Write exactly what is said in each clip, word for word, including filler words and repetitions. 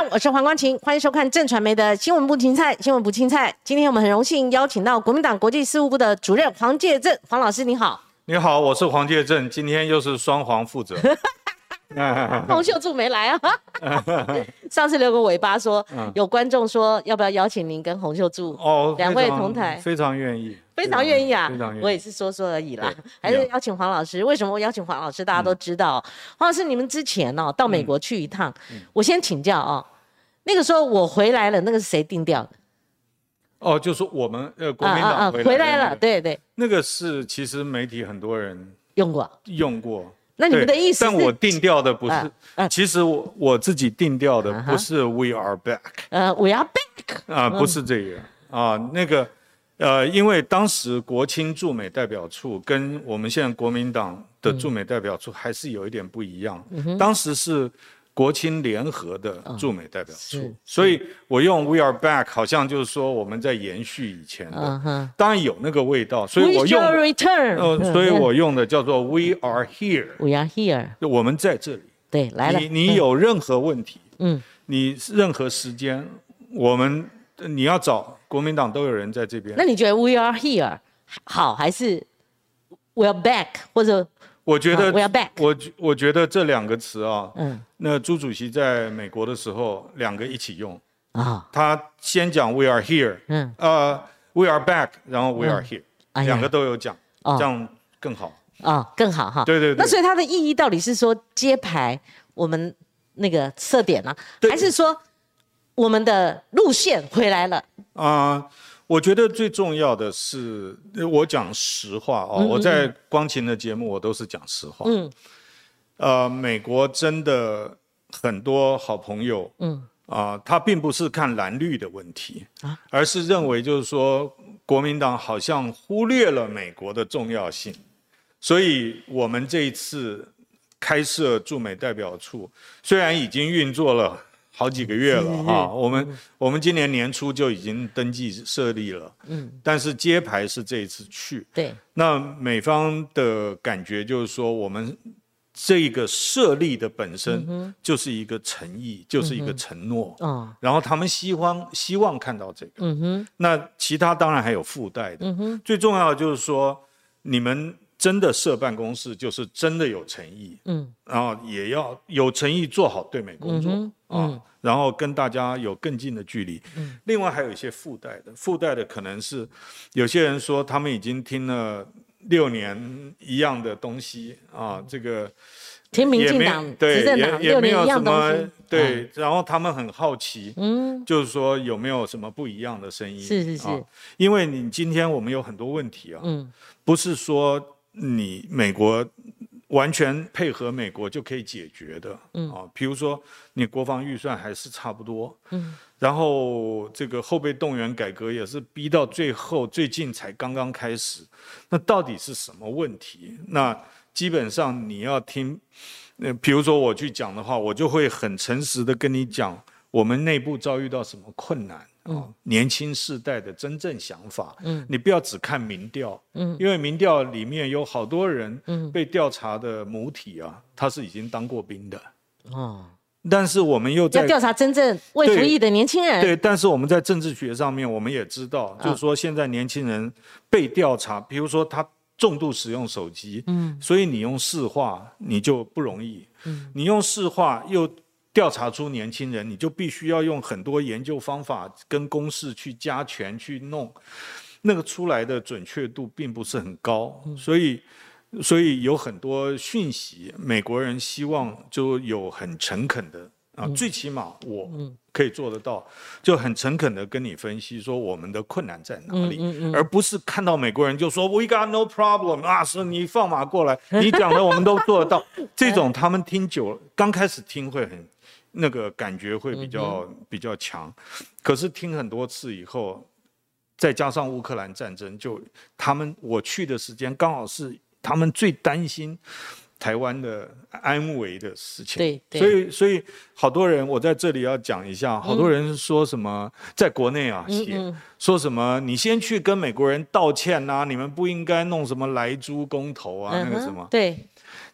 我是黄光芹，欢迎收看正传媒的新闻部青菜。新闻部青菜，今天我们很荣幸邀请到国民党国际事务部的主任黄介正，黄老师你好。 你好，我是黄介正，今天又是双黄负责。 洪秀柱没来啊，上次留个尾巴说，嗯、有观众说要不要邀请您跟洪秀柱哦两位同台， 非常愿意， 非常愿意啊， 非常愿意。 我也是说说而已啦，还是邀请黄老师。为什么我邀请黄老师？大家都知道，嗯、黄老师你们之前哦到美国去一趟，嗯、我先请教哦，那个时候我回来了，那个是谁定调的？ 哦，就是我们呃国民党回来了，啊啊啊、 回来了，对对， 那个是其实媒体很多人用过， 用过。 那你们的意思是？ 但我定调的不是，啊啊、其实我我自己定调的不是 "We are back"， 呃 "We are back" 啊，不是这个啊，那个呃，因为当时国青驻美代表处跟我们现在国民党的驻美代表处还是有一点不一样，嗯、当时是国青联合的驻美代表处，哦、所以我用 "We are back" 好像就是说我们在延续以前的，嗯、当然有那个味道，所以我用 We shall return， 呃，所以我用的叫做 "We are here"， We are here， 我们在这里。 对，来了。 你你有任何问题，嗯，你任何时间，我们你要找国民党都有人在这边。 那你觉得 "We are here" 好还是 "We are back" 或者？ 我觉得 We are back， 我我觉得这两个词啊，嗯，那朱主席在美国的时候，两个一起用啊，哦、他先讲 We are here， 嗯，呃 ，We are back， 然后 We are here，、嗯哎、两个都有讲，哦、这样更好哦，更好哈。 对对对。 那所以它的意义到底是说揭牌我们那个设点呢、啊，还是说我们的路线回来了？ 啊、呃。我觉得最重要的是，我讲实话哦，嗯嗯嗯我在光芹的节目我都是讲实话。嗯，呃，美国真的很多好朋友，嗯啊、呃，他并不是看蓝绿的问题，啊、而是认为就是说国民党好像忽略了美国的重要性，所以我们这一次开设驻美代表处，虽然已经运作了好几个月了哈，我们、嗯、我们今年年初就已经登记设立了，嗯，但是揭牌是这一次去， 对， 那美方的感觉就是说，我们这个设立的本身就是一个诚意，嗯、就是一个承诺，嗯，然后他们希望希望看到这个，嗯哼，那其他当然还有附带的，嗯哼，最重要的就是说你们真的设办公室，就是真的有诚意，嗯，然后也要有诚意做好对美工作，嗯啊，然后跟大家有更近的距离。嗯，另外还有一些附带的，附带的可能是有些人说他们已经听了六年一样的东西啊，这个听民进党执政党六年一样东西， 对，嗯、然后他们很好奇，嗯，就是说有没有什么不一样的声音？ 是是是、啊， 因为你今天我们有很多问题啊，嗯，不是说你美国完全配合美国就可以解决的，嗯啊，比如说你国防预算还是差不多，嗯，然后这个后备动员改革也是逼到最后，最近才刚刚开始，那到底是什么问题？那基本上你要听，呃，比如说我去讲的话，我就会很诚实的跟你讲，我们内部遭遇到什么困难。嗯、年轻世代的真正想法，嗯，你不要只看民调，嗯，因为民调里面有好多人，嗯，被调查的母体啊，他是已经当过兵的，哦，但是我们又在要调查真正未服役的年轻人， 对，对，但是我们在政治学上面，我们也知道，就是说现在年轻人被调查，比如说他重度使用手机，嗯，所以你用市话你就不容易，嗯，你用市话又调查出年轻人，你就必须要用很多研究方法跟公式去加权去弄，那个出来的准确度并不是很高，所以所以有很多讯息，美国人希望就有很诚恳的啊，最起码我可以做得到，就很诚恳的跟你分析说我们的困难在哪里，嗯嗯嗯、而不是看到美国人就说 We got no problem 啊，是你放马过来，你讲的我们都做得到，这种他们听久了，刚开始听会很。那个感觉会比较、嗯、比较强，可是听很多次以后，再加上乌克兰战争，就他们我去的时间刚好是他们最担心台湾的安危的事情， 对，对， 所以所以好多人，我在这里要讲一下，好多人说什么、嗯、在国内啊写、嗯嗯、说什么你先去跟美国人道歉啊，你们不应该弄什么莱猪公投啊、嗯、那个什么， 对。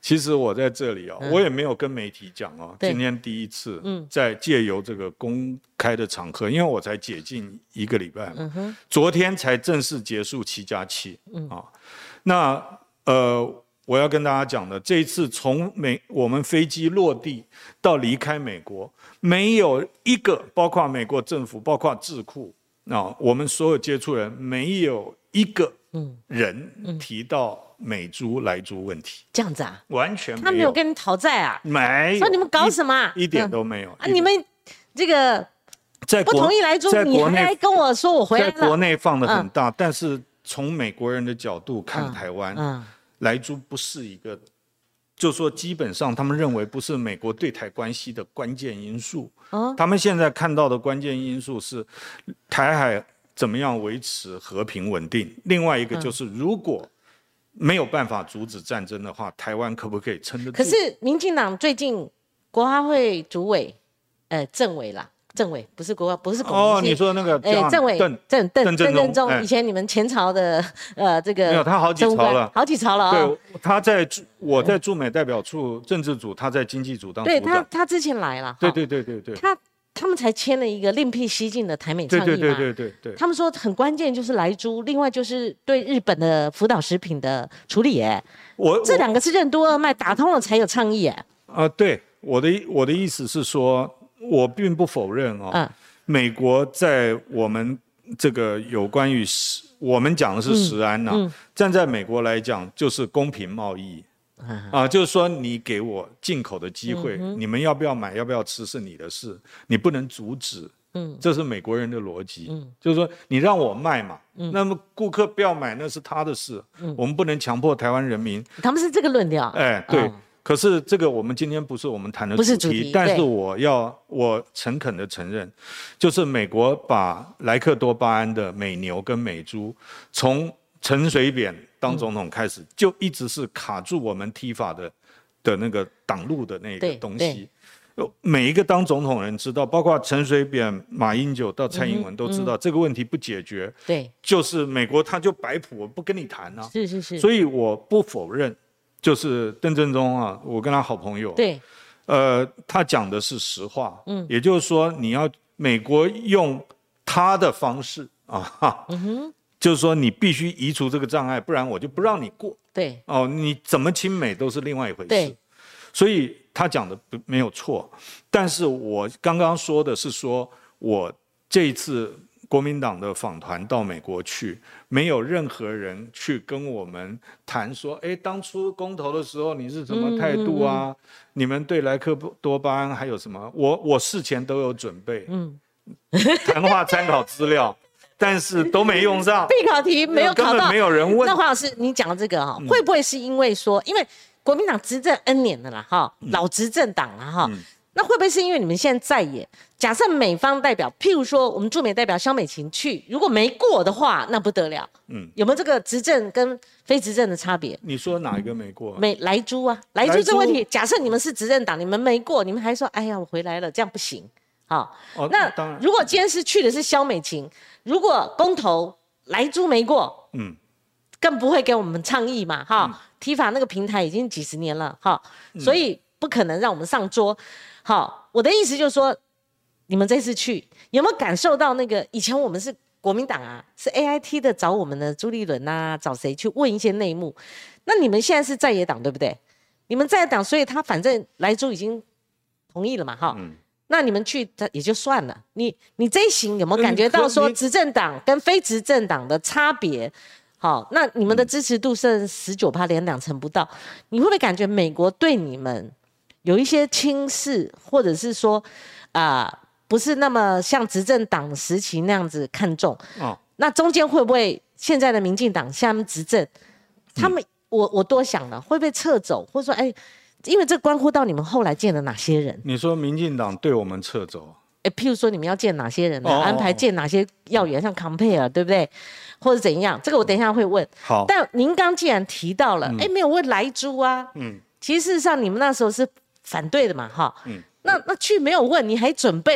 其实我在这里哦，嗯、我也没有跟媒体讲哦，今天第一次在借由这个公开的场合，因为我才解禁一个礼拜，嗯哼，昨天才正式结束七加七，嗯啊，那呃，我要跟大家讲的，这一次从美我们飞机落地到离开美国，没有一个，包括美国政府，包括智库啊，我们所有接触人，没有一个人提到美猪莱猪问题， 这样子啊？ 完全没有。 他没有跟你讨债啊？ 没有。 说你们搞什么、啊一？一点都没有。 啊，你们这个不同意莱猪，你还跟我说我回来了。 在国内放得很大，嗯、但是从美国人的角度看台湾，嗯嗯、莱猪不是一个，就说基本上他们认为不是美国对台关系的关键因素。哦、他们现在看到的关键因素是台海怎么样维持和平稳定，另外一个就是如果没有办法阻止战争的话，台湾可不可以撑得住？ 可是民进党最近国发会主委，呃，政委啦，政委不是国发，不是哦，你说那个呃，政委邓邓邓邓正中，以前你们前朝的呃这个没有他好几朝了， 好几朝了啊、哦。 对，他在我在驻美代表处政治组，他在经济组当组长。 对他，他之前来了。 对对对对对。 他。他们才签了一个另辟蹊径的台美倡议嘛， 对对对对对对。 他们说很关键就是莱猪，另外就是对日本的福岛食品的处理，哎， 我这两个是任督二脉打通了才有倡议，哎。 啊、呃，对，我的我的意思是说，我并不否认哦，嗯、美国在我们这个有关于食，我们讲的是食安呐、啊，嗯嗯、站在美国来讲就是公平贸易。啊，就是说你给我进口的机会，嗯、你们要不要买，要不要吃是你的事，你不能阻止。嗯，这是美国人的逻辑。嗯，就是说你让我卖嘛，嗯、那么顾客不要买那是他的事，嗯、我们不能强迫台湾人民。 他们是这个论调。 哎，对。哦、可是这个我们今天不是我们谈的主题， 不是主题， 但是我要我诚恳的承认，就是美国把莱克多巴胺的美牛跟美猪从陈水扁当总统开始，嗯、就一直是卡住我们提法的的那个挡路的那个东西。每一个当总统人知道，包括陈水扁、马英九到蔡英文都知道，嗯嗯、这个问题不解决， 对， 就是美国他就摆谱，我不跟你谈啊。 是是是。 所以我不否认，就是邓正中啊，我跟他好朋友， 对， 呃，他讲的是实话，嗯，也就是说，你要美国用他的方式啊，嗯哼。就是说，你必须移除这个障碍，不然我就不让你过。 对， 哦，你怎么亲美都是另外一回事。 对， 所以他讲的没有错，但是我刚刚说的是说，我这一次国民党的访团到美国去，没有任何人去跟我们谈说，哎，当初公投的时候你是什么态度啊？嗯嗯嗯你们对莱克多巴胺还有什么？我我事前都有准备，嗯，谈话参考资料。但是都没用上， 必考题没有考到， 根本没有人问。 那黄老师，你讲的这个哈、哦，嗯、会不会是因为说，因为国民党执政 N 年了啦，哈、嗯，老执政党了哈，嗯、那会不会是因为你们现在在野？假设美方代表，譬如说我们驻美代表萧美琴去，如果没过的话，那不得了。嗯，有没有这个执政跟非执政的差别？ 你说哪一个没过？ 美莱猪啊，莱猪这个问题，假设你们是执政党，你们没过，你们还说，哎呀，我回来了，这样不行。好，哦、那当然，如果今天是去的是萧美琴，如果公投莱猪没过，嗯，更不会给我们倡议嘛，哈，嗯、提法那个平台已经几十年了，哈，嗯、所以不可能让我们上桌。好，我的意思就是说，你们这次去有没有感受到那个以前我们是国民党啊，是 A I T 的找我们的朱立伦啊，找谁去问一些内幕？那你们现在是在野党对不对？你们在野党，所以他反正莱猪已经同意了嘛，哈。嗯，那你们去也就算了，你你这一行有没有感觉到说执政党跟非执政党的差别？好，那你们的支持度剩十九趴，连两成不到，你会不会感觉美国对你们有一些轻视，或者是说啊、呃，不是那么像执政党时期那样子看重？哦，那中间会不会现在的民进党下面执政，他们、嗯、我我多想了，会不会撤走，或者说哎？因为这关乎到你们后来见了哪些人？你说民进党对我们撤走？ 哎，譬如说你们要见哪些人呢、啊？哦哦哦安排见哪些要员，像 compare 对不对？或者怎样？这个我等一下会问。 好。 但您刚既然提到了，哎、嗯，没有问莱猪啊。嗯。其实事实上你们那时候是反对的嘛，哈。嗯。那那去没有问，你还准备了，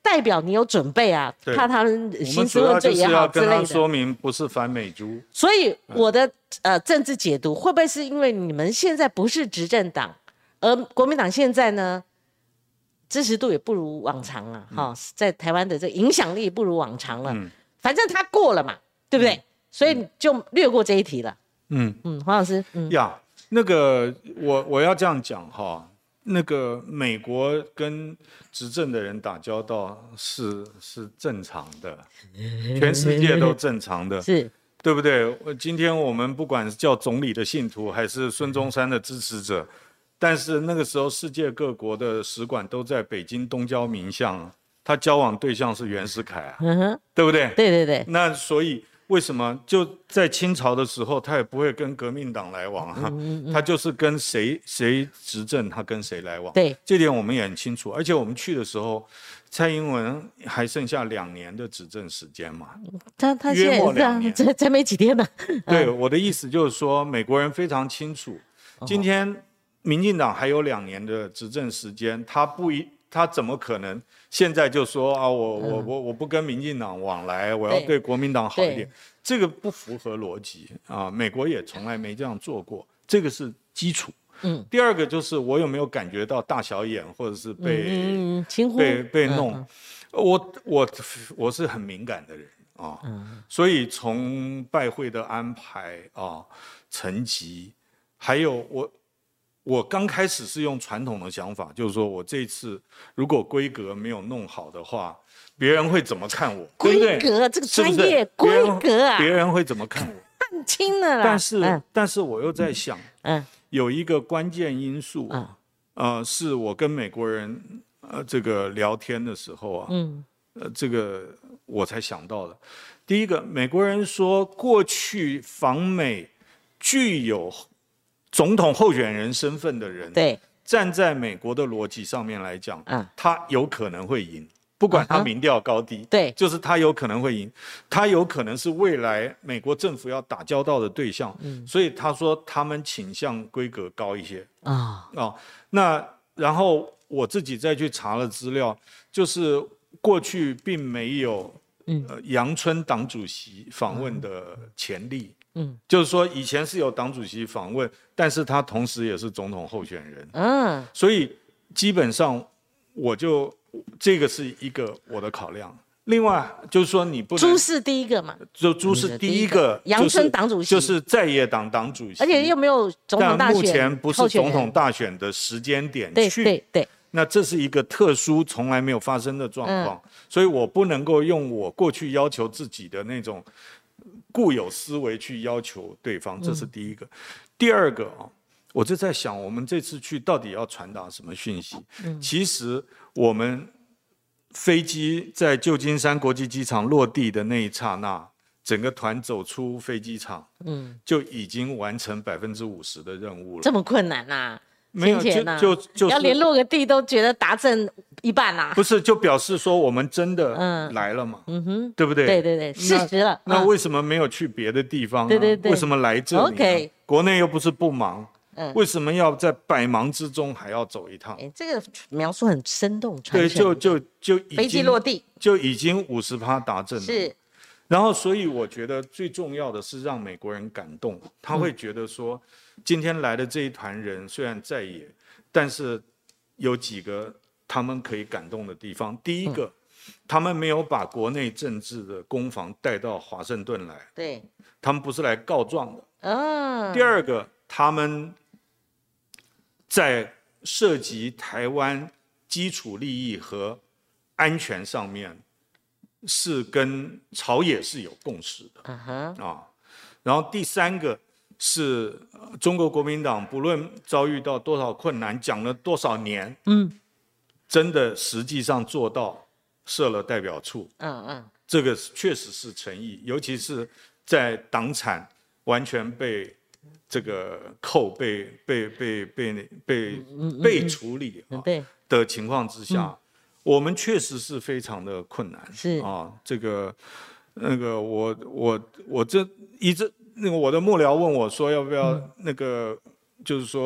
代表你有准备啊，怕他们兴师问罪也好之类的。 我们主要就是要跟他说明不是反美猪。 所以我的、呃、政治解读会不会是因为你们现在不是执政党，而国民党现在呢支持度也不如往常了、啊嗯、在台湾的这影响力不如往常了、嗯、反正他过了嘛，对不对、嗯、所以就略过这一题了。嗯嗯，黄老师，嗯呀，那个我我要这样讲哈，那个美国跟执政的人打交道是是正常的，全世界都正常的， 是， 对不对？今天我们不管是叫总理的信徒，还是孙中山的支持者，但是那个时候世界各国的使馆都在北京东交民巷，他交往对象是袁世凯啊，嗯哼，对不对？ 对对对。 那所以。为什么就在清朝的时候，他也不会跟革命党来往啊？嗯嗯、他就是跟谁谁执政，他跟谁来往。 对， 这点我们也很清楚。而且我们去的时候，蔡英文还剩下两年的执政时间嘛。 他他现在这样，才才没几天呢。 对，嗯、我的意思就是说，美国人非常清楚，今天民进党还有两年的执政时间，他不一。他怎么可能现在就说啊，我我我我不跟民进党往来，我要对国民党好一点，这个不符合逻辑啊！美国也从来没这样做过，这个是基础。嗯，第二个就是我有没有感觉到大小眼，或者是被、嗯、被被弄？嗯、我我我是很敏感的人啊，嗯、所以从拜会的安排啊、层级，还有我。我刚开始是用传统的想法，就是说我这次如果规格没有弄好的话，别人会怎么看我？ 规格这个专业规格啊， 别人会怎么看我？ 看清了啦。 但是，嗯、但是我又在想，嗯，有一个关键因素，嗯、呃，是我跟美国人呃这个聊天的时候啊，嗯，呃，这个我才想到的。第一个，美国人说过去访美具有总统候选人身份的人， 对， 站在美国的逻辑上面来讲，嗯，他有可能会赢，不管他民调高低， 对， 就是他有可能会赢，他有可能是未来美国政府要打交道的对象，嗯，所以他说他们倾向规格高一些啊啊，那然后我自己再去查了资料，就是过去并没有嗯呃阳春党主席访问的前例。嗯，就是说以前是有党主席访问，但是他同时也是总统候选人。嗯，所以基本上我就这个是一个我的考量。另外就是说你不能朱是第一个嘛， 就朱是第一个阳春党主席， 就是在野党党主席， 而且又没有总统大选， 但目前不是总统大选的时间点去， 对对对。 那这是一个特殊从来没有发生的状况，嗯、所以我不能够用我过去要求自己的那种固有思维去要求对方，这是第一个。嗯、第二个啊，我就在想，我们这次去到底要传达什么讯息？嗯、其实我们飞机在旧金山国际机场落地的那一刹那，整个团走出飞机场，嗯，就已经完成百分之五十的任务了。 这么困难啊？ 没有，就就就要连落个地都觉得达成一半啦、啊。 不是，就表示说我们真的来了嘛，嗯哼，对不对？ 对对对，事实了。 那, 那为什么没有去别的地方、啊？ 对对对， 为什么来这里、啊、 ？OK， 国内又不是不忙，嗯，为什么要在百忙之中还要走一趟？ 哎，这个描述很生动， 对，就就就已经飞机落地就已经五十趴达阵了。 是。 然后，所以我觉得最重要的是让美国人感动，他会觉得说，今天来的这一团人虽然在野。但是有几个他们可以感动的地方。第一个，嗯、他们没有把国内政治的攻防带到华盛顿来， 对， 他们不是来告状的。哦、第二个，他们在涉及台湾基础利益和安全上面，是跟朝野是有共识的。嗯哼，啊，然后第三个。是中国国民党不论遭遇到多少困难，讲了多少年，嗯，真的实际上做到设了代表处，嗯嗯，这个确实是诚意，尤其是在党产完全被这个扣、被被被被被被处理啊的情况之下，嗯、我们确实是非常的困难， 是啊，这个那个我我我这一直。那个我的幕僚问我说要不要那个，就是说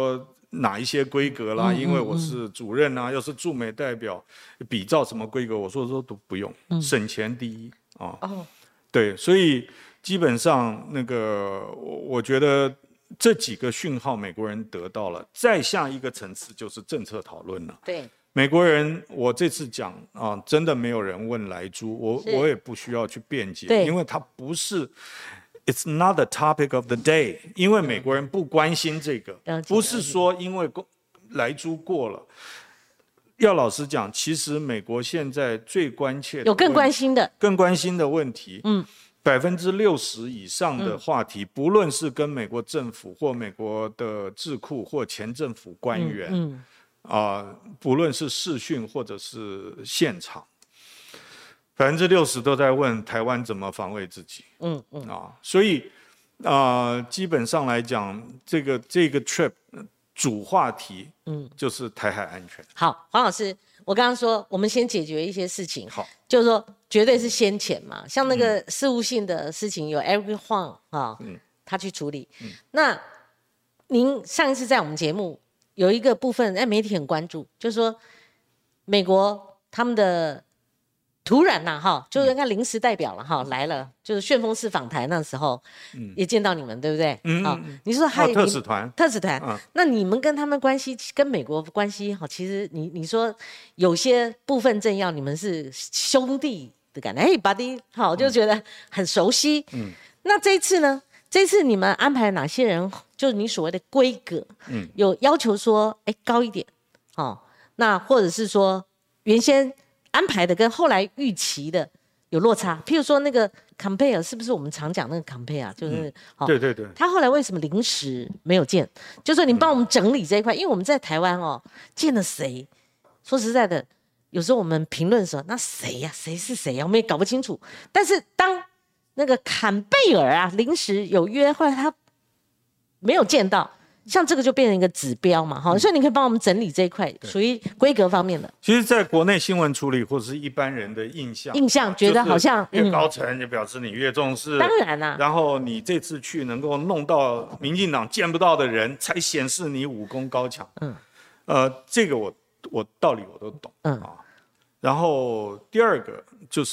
哪一些规格啦， 嗯、 因为我是主任啊，又是驻美代表，比照什么规格？我说说都不用，嗯、省钱第一啊。哦，对，所以基本上那个我我觉得这几个讯号美国人得到了，再下一个层次就是政策讨论了。 对。 美国人，我这次讲啊，真的没有人问莱猪，我我也不需要去辩解，因为它不是 ，it's not the topic of the day， 因为美国人不关心这个，不是说因为莱猪过了。要老实讲，其实美国现在最关切的有更关心的、 更关心的问题，嗯，百分之六十以上的话题，嗯、不论是跟美国政府或美国的智库或前政府官员，嗯。嗯啊、呃，不论是视讯或者是现场，百分之六十都在问台湾怎么防卫自己。嗯嗯啊，所以啊、呃，基本上来讲，这个这个 trip 主话题，嗯，就是台海安全。 好，黄老师，我刚刚说我们先解决一些事情， 好， 就是说绝对是先前嘛，像那个事务性的事情有 Eric Huang 啊，嗯，他去处理。嗯，那您上一次在我们节目。有一个部分，哎，媒体很关注，就是说，美国他们的突然呐、啊，哈，就是人家临时代表了哈、嗯、来了，就是旋风式访台那时候，嗯，也见到你们，对不对？嗯，好，你说还有、 哦、特使团， 特使团、嗯，那你们跟他们关系，跟美国关系，哈，其实你你说有些部分政要，你们是兄弟的感觉，哎 ，buddy， 好，就觉得很熟悉。嗯，那这一次呢？这次你们安排哪些人？就是你所谓的规格，嗯，有要求说，哎，高一点，哦，那或者是说原先安排的跟后来预期的有落差。譬如说那个 compare 是不是我们常讲那个 compare， 就是、嗯哦、对对对， 他后来为什么临时没有见？就说你帮我们整理这一块，嗯、因为我们在台湾哦见了谁，说实在的，有时候我们评论说那谁呀、啊，谁是谁呀、啊，我们也搞不清楚。但是当那个坎贝尔啊临时有约，后来他没有见到，像这个就变成一个指标嘛，哈、嗯，所以你可以帮我们整理这一块，属于规格方面的。 其实，在国内新闻处理或者是一般人的印象， 印象觉得好像、 就是、越高层就表示你越重视， 当然啦、啊。 然后你这次去能够弄到民进党见不到的人，才显示你武功高强。嗯，呃，这个我我道理我都懂。嗯啊，然后第二个就是。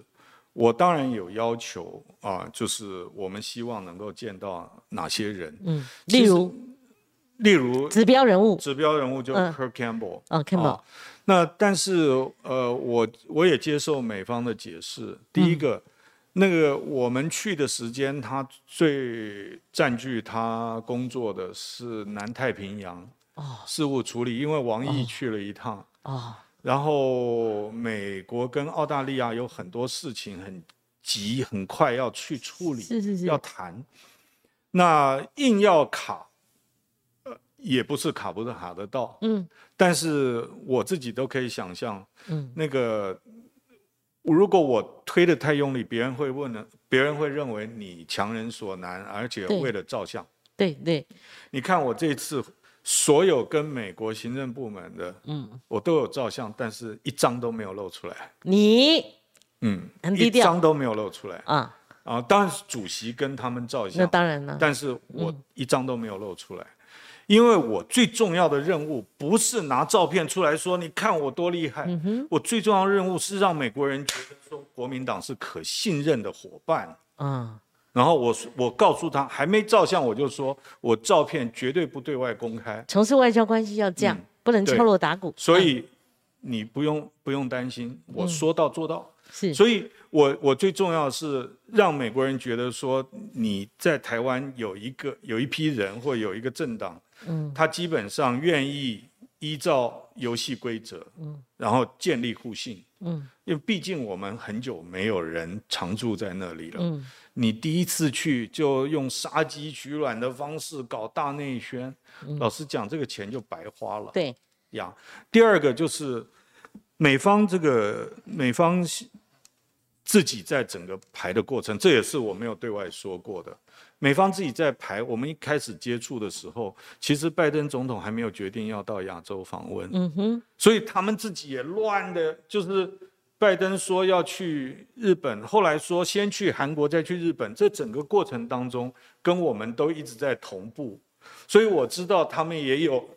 我当然有要求啊，就是我们希望能够见到哪些人，嗯， 例如， 例如指标人物， 指标人物就 Kirk Campbell， 嗯、哦 ，Campbell，、啊、 那但是呃，我我也接受美方的解释，第一个，嗯、那个我们去的时间，他最占据他工作的是南太平洋哦事务处理，因为王毅去了一趟哦。哦然后美国跟澳大利亚有很多事情很急很快要去处理， 是是是要谈，那硬要卡，呃，也不是卡不是卡得到，嗯，但是我自己都可以想象，嗯，那个如果我推得太用力，别人会问呢，别人会认为你强人所难，而且为了照相， 对对， 你看我这次。所有跟美国行政部门的，嗯，我都有照相，但是一张都没有露出来。 你， 嗯， 很低调， 一张都没有露出来啊啊！当然是主席跟他们照相， 那当然了。 但是我一张都没有露出来，嗯、因为我最重要的任务不是拿照片出来说你看我多厉害，嗯、我最重要的任务是让美国人觉得说国民党是可信任的伙伴。嗯。然后我我告诉他，还没照相，我就说我照片绝对不对外公开。 从事外交关系要这样，嗯、不能敲锣打鼓。 所以你不用不用担心，我说到做到。 嗯、是。 所以我我最重要的是让美国人觉得说你在台湾有一个有一批人或有一个政党，嗯，他基本上愿意依照游戏规则，嗯，然后建立互信，嗯，因为毕竟我们很久没有人常住在那里了，嗯。你第一次去就用杀鸡取卵的方式搞大内宣，嗯、老实讲，这个钱就白花了。 对呀。第二个就是美方这个美方自己在整个排的过程，这也是我没有对外说过的。美方自己在排，我们一开始接触的时候，其实拜登总统还没有决定要到亚洲访问，嗯哼，所以他们自己也乱的，就是。拜登说要去日本，后来说先去韩国再去日本，这整个过程当中跟我们都一直在同步，所以我知道他们也有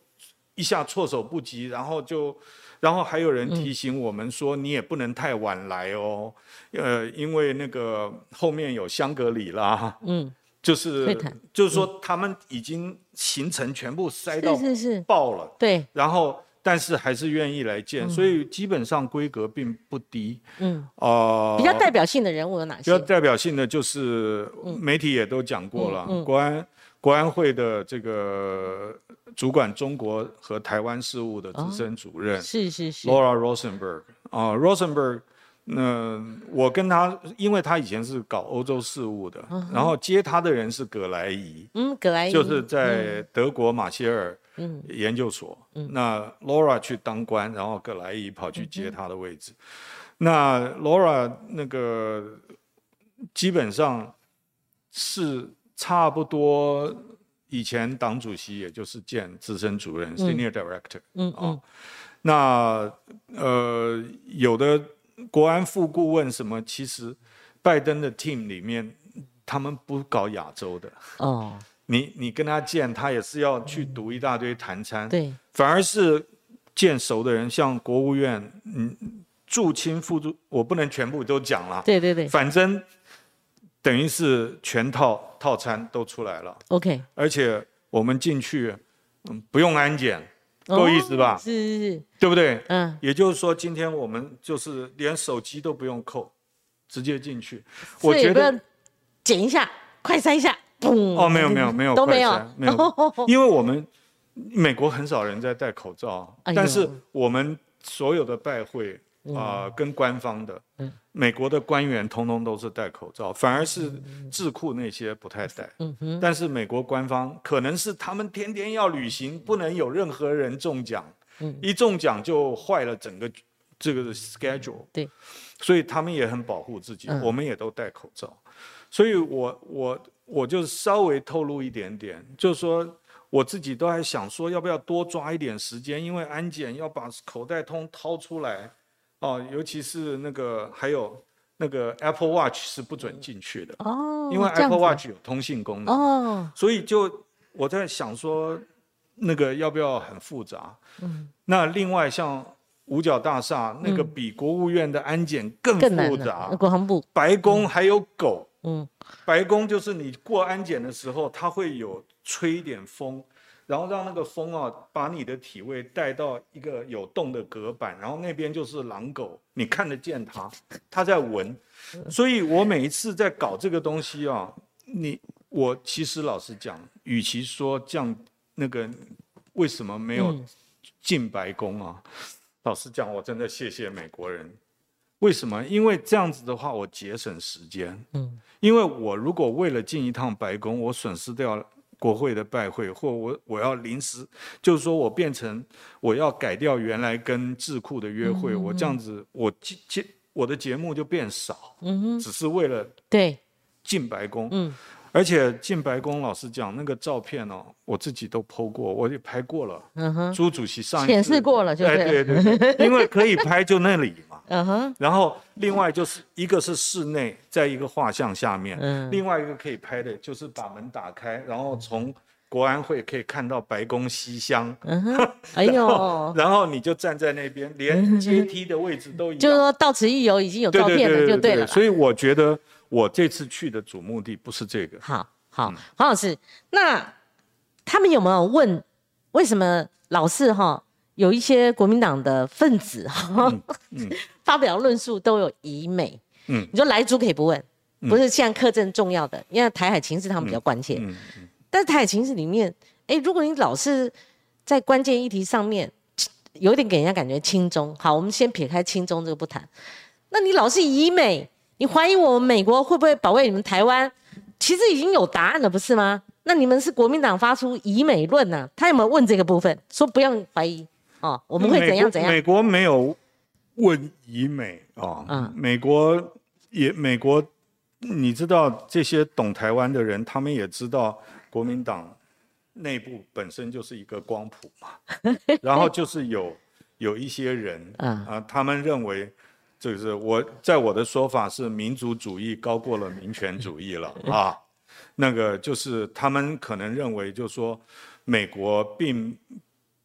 一下措手不及，然后就，然后还有人提醒我们说，你也不能太晚来哦，呃，因为那个后面有香格里拉，嗯，就是就是说他们已经行程全部塞到爆了， 对， 然后但是还是愿意来见，所以基本上规格并不低，嗯，呃， 比较代表性的人物有哪些？ 比较代表性的就是媒体也都讲过了，国安。国安会的这个主管中国和台湾事务的资深主任、哦、 是是是 Laura Rosenberg 啊 ，Rosenberg， 那我跟他，因为他以前是搞欧洲事务的，嗯、然后接他的人是葛莱仪， 嗯，葛莱仪就是在德国马歇尔研究所，嗯、那 Laura 去当官，然后葛莱仪跑去接他的位置，嗯、那 Laura 那个基本上是。差不多，以前党主席也就是见资深主任、嗯、（Senior Director）。嗯嗯、哦。那呃，有的国安副顾问什么，其实拜登的 team 里面，他们不搞亚洲的。哦。你你跟他见，他也是要去读一大堆谈餐。 对。 反而是见熟的人，像国务院，嗯，驻青副驻，我不能全部都讲了。 对对对。 反正。等于是全套套餐都出来了 ，OK， 而且我们进去，嗯，不用安检，够意思吧？ 哦、是是是， 对不对？嗯，也就是说，今天我们就是连手机都不用扣，直接进去。我觉得检一下，快筛一下，砰！ 哦，没有没有没有， 都没有没有，因为我们美国很少人在戴口罩，哎、但是我们所有的拜会啊、呃，跟官方的。嗯美国的官员通通都是戴口罩，反而是智库那些不太戴。嗯哼。但是美国官方可能是他们天天要旅行，不能有任何人中奖。嗯。一中奖就坏了整个这个 schedule。 对。 所以他们也很保护自己，嗯、我们也都戴口罩。所以我我我就稍微透露一点点，就是说我自己都还想说，要不要多抓一点时间，因为安检要把口袋通掏出来。哦，尤其是那个还有那个 Apple Watch 是不准进去的哦，因为 Apple Watch 有通信功能哦，所以就我在想说，那个要不要很复杂？嗯，那另外像五角大厦、嗯、那个比国务院的安检更复杂， 国防部、 白宫还有狗，嗯，白宫就是你过安检的时候，它会有吹一点风。然后让那个风啊，把你的体味带到一个有洞的隔板，然后那边就是狼狗，你看得见它，它在闻。所以我每一次在搞这个东西啊，你我其实老实讲，与其说降那个为什么没有进白宫啊，老实讲，我真的谢谢美国人。为什么？因为这样子的话，我节省时间。嗯，因为我如果为了进一趟白宫，我损失掉了。国会的拜会，或我我要临时，就是说我变成我要改掉原来跟智库的约会，嗯、我这样子，我节我的节目就变少，嗯、只是为了对进白宫，嗯、而且进白宫，老实讲，那个照片哦，我自己都 po 过，我也拍过了，嗯哼，朱主席上一次显示过了就对了， 哎，对对对，因为可以拍就那里嘛。嗯哼，然后另外就是一个是室内，在一个画像下面，嗯，另外一个可以拍的就是把门打开，然后从国安会可以看到白宫西厢，嗯哼，哎呦，然后, 然后你就站在那边，连阶梯的位置都一样， 就是说到此一游已经有照片了，就对了。 所以我觉得我这次去的主目的不是这个。 好，好，黄老师，那他们有没有问为什么老是哈？有一些国民党的分子哈、嗯嗯，发表论述都有疑美。嗯，你说莱猪可以不问，嗯、不是现在课政重要的，因为台海情势他们比较关切。嗯嗯、但是台海情势里面，哎，如果你老是在关键议题上面，有点给人家感觉亲中。好，我们先撇开亲中这个不谈，那你老是疑美，你怀疑我们美国会不会保卫你们台湾？其实已经有答案了，不是吗？那你们是国民党发出疑美论呐、啊？他有没有问这个部分？说不用怀疑。哦，我们会怎样怎样？ 美国没有问疑美哦，嗯，美国也美国，你知道这些懂台湾的人，他们也知道国民党内部本身就是一个光谱嘛，然后就是有有一些人啊、呃，他们认为，这是我在我的说法是民族主义高过了民权主义了啊，那个就是他们可能认为，就是说美国并。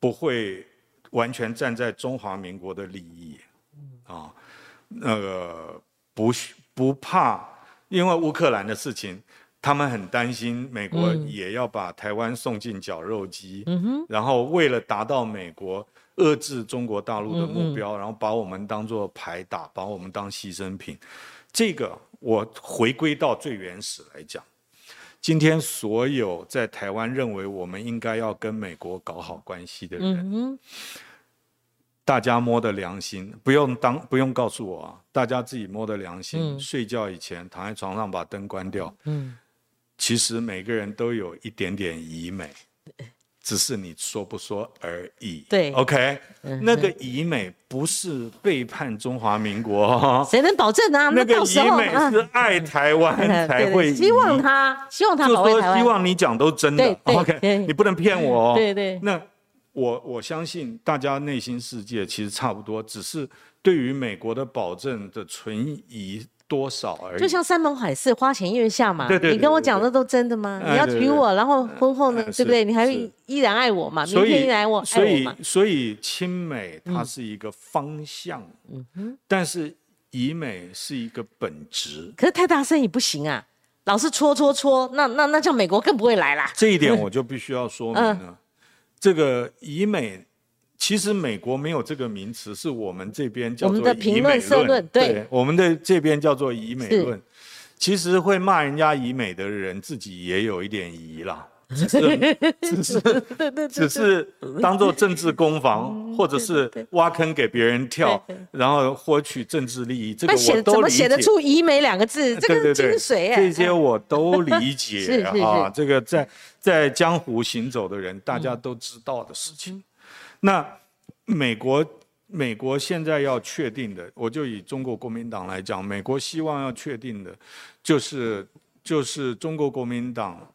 不会完全站在中华民国的利益啊，那个不不怕，因为乌克兰的事情，他们很担心美国也要把台湾送进绞肉机，嗯、然后为了达到美国遏制中国大陆的目标，嗯嗯然后把我们当作牌打，把我们当牺牲品。这个我回归到最原始来讲。今天所有在台湾认为我们应该要跟美国搞好关系的人，嗯、大家摸着良心，不用当不用告诉我啊，大家自己摸着良心，嗯、睡觉以前躺在床上把灯关掉。嗯，其实每个人都有一点点疑美，只是你说不说而已。 对 ，OK，、嗯、那个疑美不是背叛中华民国， 谁能保证啊？ 那个疑美是爱台湾才会、嗯、 希望他，希望他保卫台湾， 就说希望你讲都真的 ，OK， 你不能骗我、哦。 对对， 那我我相信大家内心世界其实差不多，只是对于美国的保证的存疑。多少而已， 就像山盟海誓，花前月下嘛。 对对对对对， 你跟我讲的都真的吗？ 哎、 你要娶我，然后婚后呢， 哎、 对不对？你还依然爱我嘛？明天依然爱我， 所以爱我嘛。 所以亲美它是一个方向，嗯哼，但是以美是一个本质。 可是太大声也不行啊，老是戳戳戳，那那那叫美国更不会来啦。 这一点我就必须要说明了，嗯、这个以美。其实美国没有这个名词，是我们这边叫做以美论。我们的评论社论，对，对我们的这边叫做以美论。其实会骂人家以美的人，自己也有一点疑啦，只是只是只是当做政治攻防，或者是挖坑给别人跳，然后获取政治利益。这个我都理解。 怎么写得出以美两个字？这个精髓哎， 这些我都理解啊。这个在在江湖行走的人，大家都知道的事情。那美国，美国现在要确定的，我就以中国国民党来讲，美国希望要确定的，就是就是中国国民党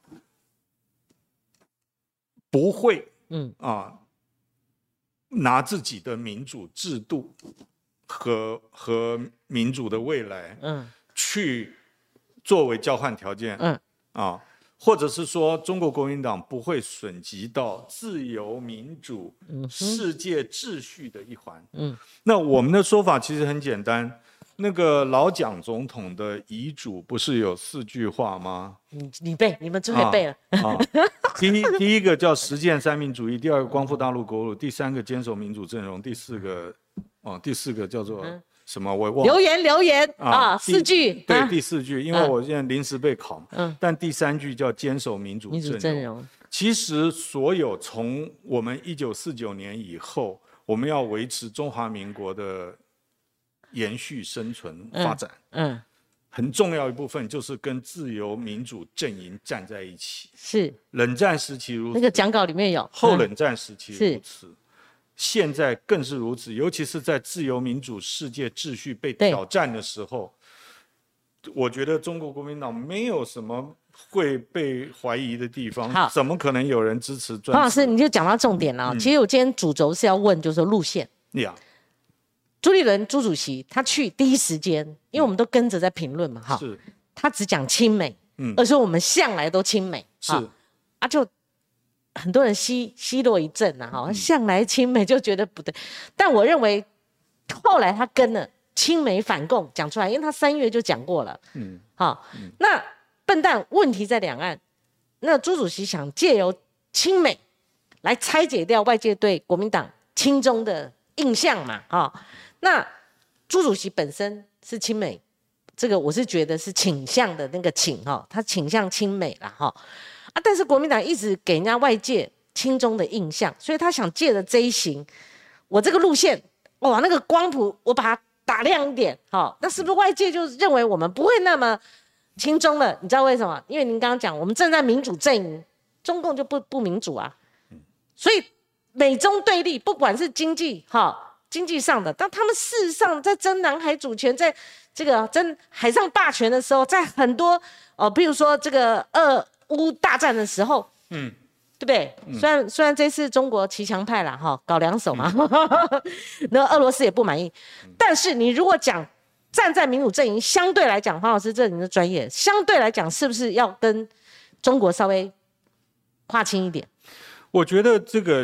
不会，嗯啊，拿自己的民主制度和和民主的未来，嗯，去作为交换条件，嗯啊。或者是说，中国国民党不会损及到自由民主、世界秩序的一环。嗯，那我们的说法其实很简单，那个老蒋总统的遗嘱不是有四句话吗？ 你你背，你们就会背了。 啊啊、第一第一个叫实践三民主义，第二个光复大陆国路，第三个坚守民主阵容，第四个，哦，第四个叫做。嗯什么？我忘了。 留言留言啊，四句。 对，啊、第四句，因为我现在临时备考。嗯。但第三句叫坚守民主阵容。阵容其实，所有从我们一九四九年以后，我们要维持中华民国的延续、生存、发展。嗯。嗯很重要一部分就是跟自由民主阵营站在一起。 是。 冷战时期如此。 那个讲稿里面有。 后冷战时期如此。嗯现在更是如此，尤其是在自由民主世界秩序被挑战的时候，我觉得中国国民党没有什么会被怀疑的地方，怎么可能有人支持专制？ 黄老师，你就讲到重点了、嗯。其实我今天主轴是要问，就是说路线。 呀、yeah. 朱立伦朱主席他去第一时间，因为我们都跟着在评论嘛，哈、嗯，他只讲亲美，嗯，而且我们向来都亲美， 是啊就。很多人奚奚落一阵啊，哈，向来亲美就觉得不对，但我认为后来他跟了亲美反共讲出来，因为他三月就讲过了，嗯，好，嗯、那笨蛋问题在两岸，那朱主席想借由亲美来拆解掉外界对国民党亲中的印象嘛，啊，那朱主席本身是亲美，这个我是觉得是倾向的那个倾哈，他倾向亲美啦哈。啊！但是国民党一直给人家外界亲中的印象，所以他想借着这一行，我这个路线，哇，那个光谱我把它打亮一点，好、哦，那是不是外界就认为我们不会那么亲中了？你知道为什么？因为您刚刚讲，我们站在民主阵营，中共就不不民主啊，所以美中对立，不管是经济哈、哦、经济上的，但他们事实上在争南海主权，在这个争海上霸权的时候，在很多哦，比如说这个二。乌大战的时候，嗯，对不对？嗯、虽然虽然这次中国骑墙派啦，哈，搞两手嘛，嗯、那俄罗斯也不满意，嗯、但是你如果讲站在民主阵营，相对来讲，黄老师这您的专业，相对来讲，是不是要跟中国稍微划清一点？ 我觉得这个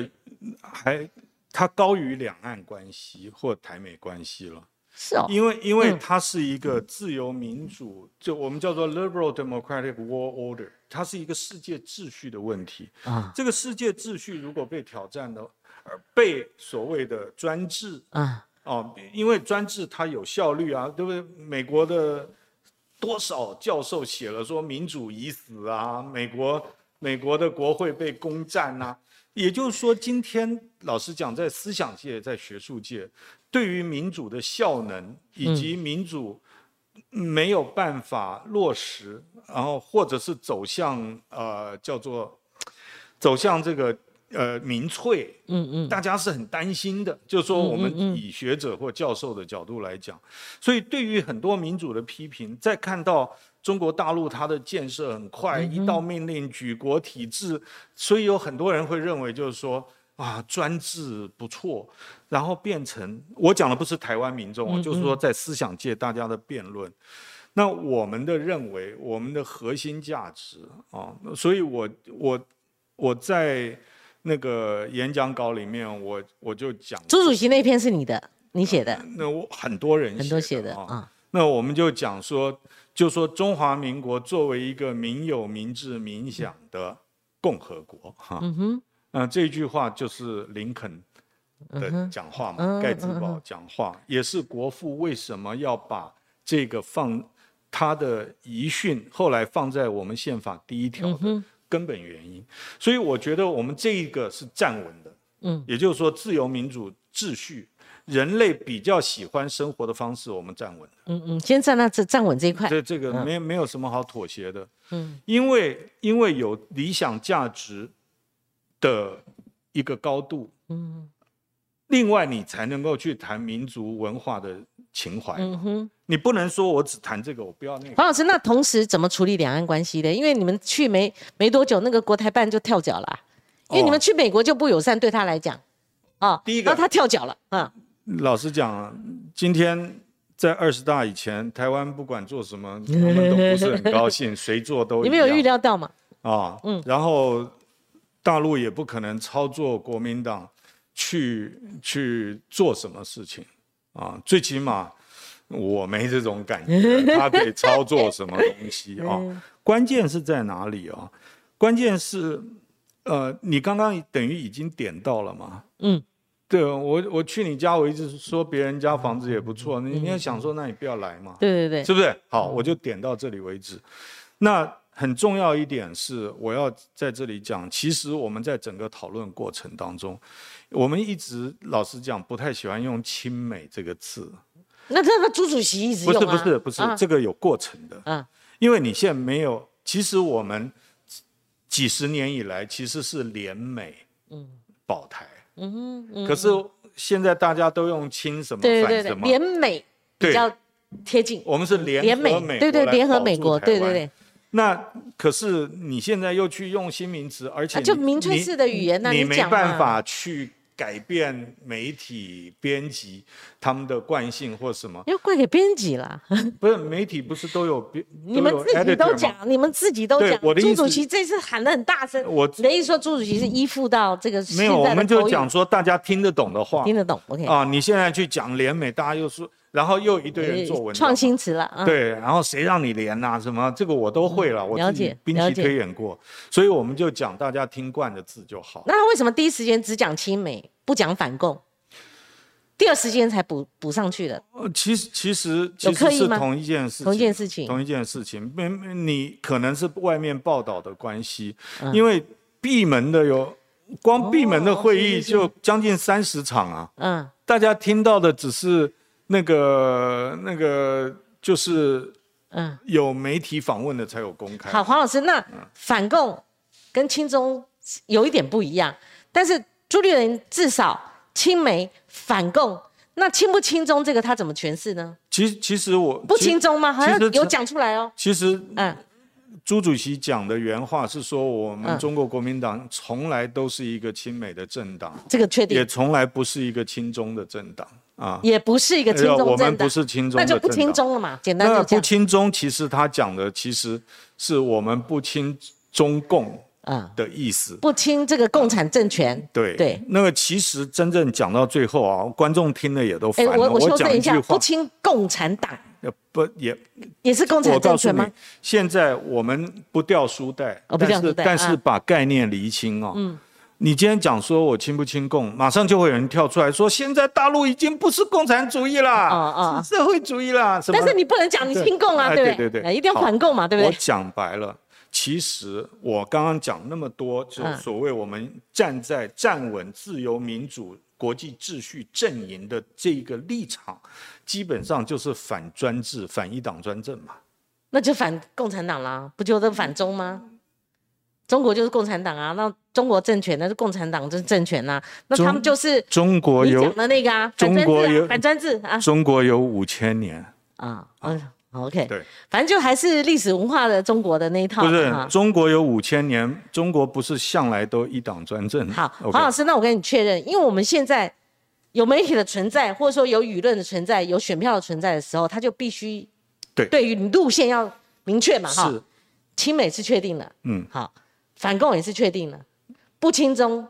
还它高于两岸关系或台美关系了。 是哦， 因为因为它是一个自由民主，嗯、就我们叫做 liberal democratic world order， 它是一个世界秩序的问题啊。这个世界秩序如果被挑战的，而被所谓的专制啊，哦，因为专制它有效率啊，对不对？美国的多少教授写了说民主已死啊，美国美国的国会被攻占啊。也就是说，今天老实讲，在思想界、在学术界，对于民主的效能以及民主没有办法落实，然后或者是走向呃叫做走向这个呃民粹，嗯嗯，大家是很担心的。就是说，我们以学者或教授的角度来讲，所以对于很多民主的批评，在看到中国大陆它的建设很快，一道命令举国体制，所以有很多人会认为就是说啊，专制不错，然后变成我讲的不是台湾民众，就是说在思想界大家的辩论。那我们的认为，我们的核心价值啊，所以我我我在那个演讲稿里面，我我就讲朱主席那篇是你的，你写的？ 那我很多人写的很多写的啊。 那我们就讲说。就说中华民国作为一个民有、民治、民享的共和国，哈，嗯哼，呃，这句话就是林肯的讲话嘛，嗯、盖茨堡讲话，嗯、也是国父为什么要把这个放他的遗训，后来放在我们宪法第一条的根本原因。嗯、所以我觉得我们这一个是站稳的，嗯，也就是说自由民主秩序。人类比较喜欢生活的方式，我们站稳。 嗯嗯，先站在这站稳这一块。 对，这个没、嗯、没有什么好妥协的。嗯，因为因为有理想价值的一个高度。嗯，另外你才能够去谈民族文化的情怀。嗯哼，你不能说我只谈这个，我不要那个。 黄老师，那同时怎么处理两岸关系的？因为你们去没没多久，那个国台办就跳脚了、啊，因为你们去美国就不友善，对他来讲。哦， 第一个， 然后他跳脚了。嗯。 老实讲，今天在二十大以前，台湾不管做什么，他们都不是很高兴，谁做都一样。 你们有预料到吗？ 啊，嗯，然后大陆也不可能操作国民党去去做什么事情啊，最起码我没这种感觉，他可以操作什么东西啊？关键是在哪里啊？关键是，呃，你刚刚等于已经点到了嘛？嗯。对，我我去你家，我一直说别人家房子也不错，你你也想说，那你不要来嘛？ 对对对， 是不是？好，我就点到这里为止。那很重要一点是，我要在这里讲，其实我们在整个讨论过程当中，我们一直老实讲不太喜欢用亲美这个字。 那这个朱主席一直用啊？ 不是不是不是，啊、这个有过程的。嗯、啊，因为你现在没有，其实我们几十年以来其实是联美，嗯，保台。嗯哼，嗯，可是现在大家都用亲什么反什么，对对对， 联美比较贴近。 我们是联合美国， 对对，联合美国，对对对。 那可是你现在又去用新名词，而且、啊、 就民粹式的语言呢、啊， 你没办法去改变媒体编辑他们的惯性或什么， 要怪给编辑啦。 不是媒体不是都有编， 你们自己都讲，你们自己都讲。朱主席这次喊得很大声，我你的意思说朱主席是依附到这个没有，我们就讲说大家听得懂的话， 听得懂。OK 啊，你现在去讲联美，大家又说，然后又一堆人做文章， 创新词了。啊、 对，然后谁让你联啊？什么这个我都会了，嗯、我自己兵棋推演过，所以我们就讲大家听惯的字就好。 那他为什么第一时间只讲亲美？不讲反共，第二时间才补补上去的。 呃，其实其实其实是同一件事情， 同一件事情， 同一件事情。你可能是外面报道的关系，嗯、因为闭门的有，光闭门的会议就将近三十场啊。嗯，大家听到的只是那个那个就是嗯有媒体访问的才有公开。 好，黄老师，那反共跟亲中有一点不一样，但是。朱立伦至少亲美反共，那亲不亲中这个他怎么诠释呢？ 其实其实我不亲中吗？好像有讲出来哦。 其实，嗯，朱主席讲的原话是说，我们中国国民党从来都是一个亲美的政党， 这个确定， 也从来不是一个亲中的政党啊， 也不是一个亲中政党， 我们不是亲中的政党， 那就不亲中了嘛。简单就讲， 那不亲中，其实他讲的其实是我们不亲中共。 的意思， 不亲这个共产政权。 对对， 那个其实真正讲到最后啊，观众听了也都烦了。 我我修正一下， 我不亲共产党， 不也也是共产政权吗？ 现在我们不掉书袋， 哦、不掉书袋， 但是、啊、但是把概念厘清哦。嗯。你今天讲说我亲不亲共，马上就会有人跳出来说，现在大陆已经不是共产主义啦，哦哦、是社会主义啦。 但是你不能讲你亲共啊，对不对？ 对对对， 一定要反共嘛，对不对？ 我讲白了，其实我刚刚讲那么多，就所谓我们站在站稳自由民主国际秩序阵营的这个立场，基本上就是反专制、反一党专政嘛。 那就反共产党啦，不就是反中吗？中国就是共产党啊，那中国政权那是共产党就是政权啊，那他们就是中国有你讲的那个啊， 中国有反专制啊， 中国有五千年啊，嗯 ，OK， 对， 反正就还是历史文化的中国的那一套。 不是，中国有五千年，中国不是向来都一党专政。 好，黄老师，那我跟你确认，因为我们现在有媒体的存在，或者说有舆论的存在，有选票的存在的时候，他就必须对对于路线要明确嘛，哈。 是， 亲美是确定了， 嗯， 好。反共也是确定了，不亲中。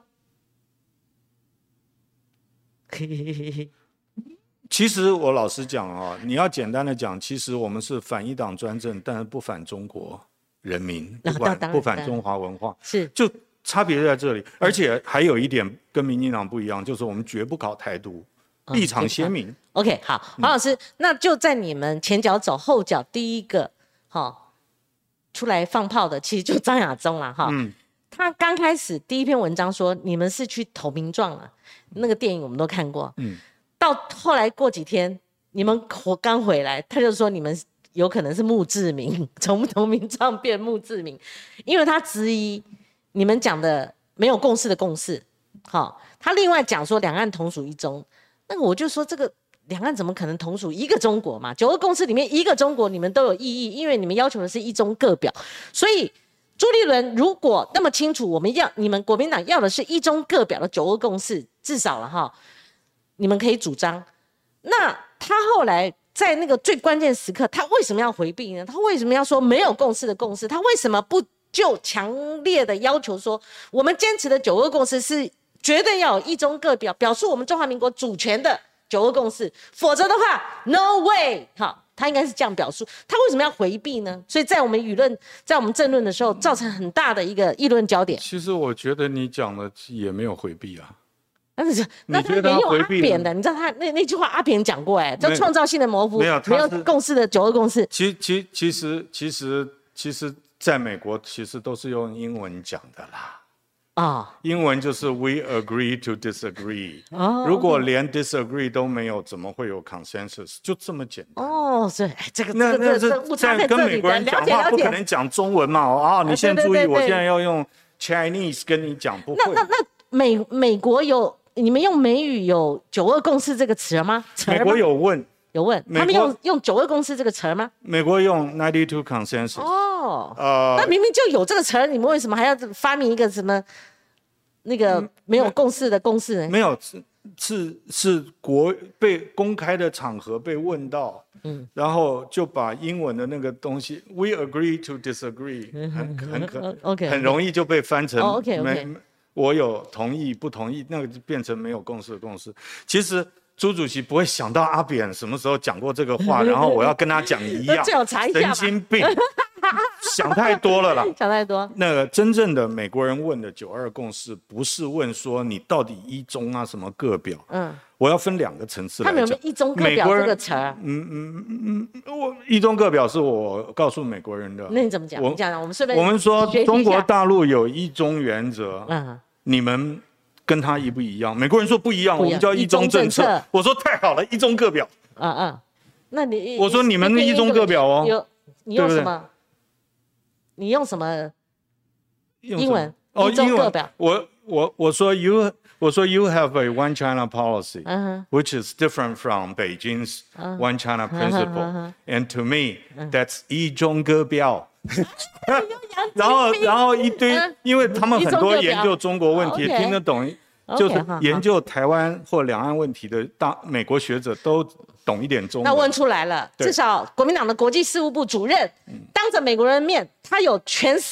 其实我老实讲啊，你要简单的讲，其实我们是反一党专政，但是不反中国人民，不反不反中华文化， 是就差别在这里。而且还有一点跟民进党不一样，就是我们绝不搞台独，立场鲜明。 OK， 好，黄老师，嗯、那就在你们前脚走后脚第一个，哈。出来放炮的其实就张亚中啦，哈、嗯，他刚开始第一篇文章说你们是去投名状了，那个电影我们都看过，嗯，到后来过几天你们刚回来，他就说你们有可能是墓志铭，从投名状变墓志铭，因为他质疑你们讲的没有共识的共识，好，他另外讲说两岸同属一中，那个我就说这个。两岸怎么可能同属一个中国嘛？九二共识里面一个中国你们都有异议，因为你们要求的是一中各表，所以朱立伦如果那么清楚，我们要你们国民党要的是一中各表的九二共识，至少了哈，你们可以主张。那他后来在那个最关键时刻，他为什么要回避呢？他为什么要说没有共识的共识？他为什么不就强烈的要求说，我们坚持的九二共识是绝对要有一中各表，表述我们中华民国主权的？九二共识，否则的话 ，no way。好，他应该是这样表述。他为什么要回避呢？所以在我们舆论，在我们政论的时候，造成很大的一个议论焦点。 其实我觉得你讲的也没有回避啊。 但是那他没有阿扁的，你知道他那那句话阿扁讲过哎，叫创造性的模糊，没有没有共识的九二共识。 其其其实其实其实在美国其实都是用英文讲的啦。啊、哦，英文就是 we agree to disagree。哦，如果连 disagree 都没有，怎么会有 consensus？ 就这么简单。 哦，所以这个那那是在跟美国人讲话，不可能讲中文嘛？啊、哦，你先注意，我现在要用 Chinese 跟你讲，不会。 那那那美美国有你们用美语有九二共识这个词吗？词吗美国有问。 有问他们用用九二共识这个词吗？ 美国用 ninety two consensus。 哦，呃，那明明就有这个词，你们为什么还要发明一个什么那个没有共识的共识呢？ 没有，是是是国被公开的场合被问到，嗯，然后就把英文的那个东西 we agree to disagree 很很可 OK 很容易就被翻成 OK OK， 我有同意不同意，那个就变成没有共识的共识。其实。朱主席不会想到阿扁什么时候讲过这个话，然后我要跟他讲一样， 最好查一下吧， 神经病，想太多了啦， 想太多。 那个真正的美国人问的九二共识，不是问说你到底一中啊什么各表，嗯，我要分两个层次来讲。 他们有没有一中各表这个词儿？ 嗯嗯嗯嗯，我一中各表是我告诉美国人的。 那你怎么讲？我讲讲，我们顺便我们说中国大陆有一中原则，嗯，你们。跟他一不一样？美国人说不一样，我们叫一中政策。我说太好了，一中各表。 嗯嗯，那你我说你们的一中各表哦， 有你用什么？你用什么？英文哦， 一中各表。 我我我说 you 我说 you have a one China policy, which is different from Beijing's one China principle, and to me that's 一中各表。然后，然后一堆，因为他们很多研究中国问题听得懂，就是研究台湾或两岸问题的大美国学者都懂一点中文。 那问出来了，至少国民党的国际事务部主任当着美国人面，他有诠释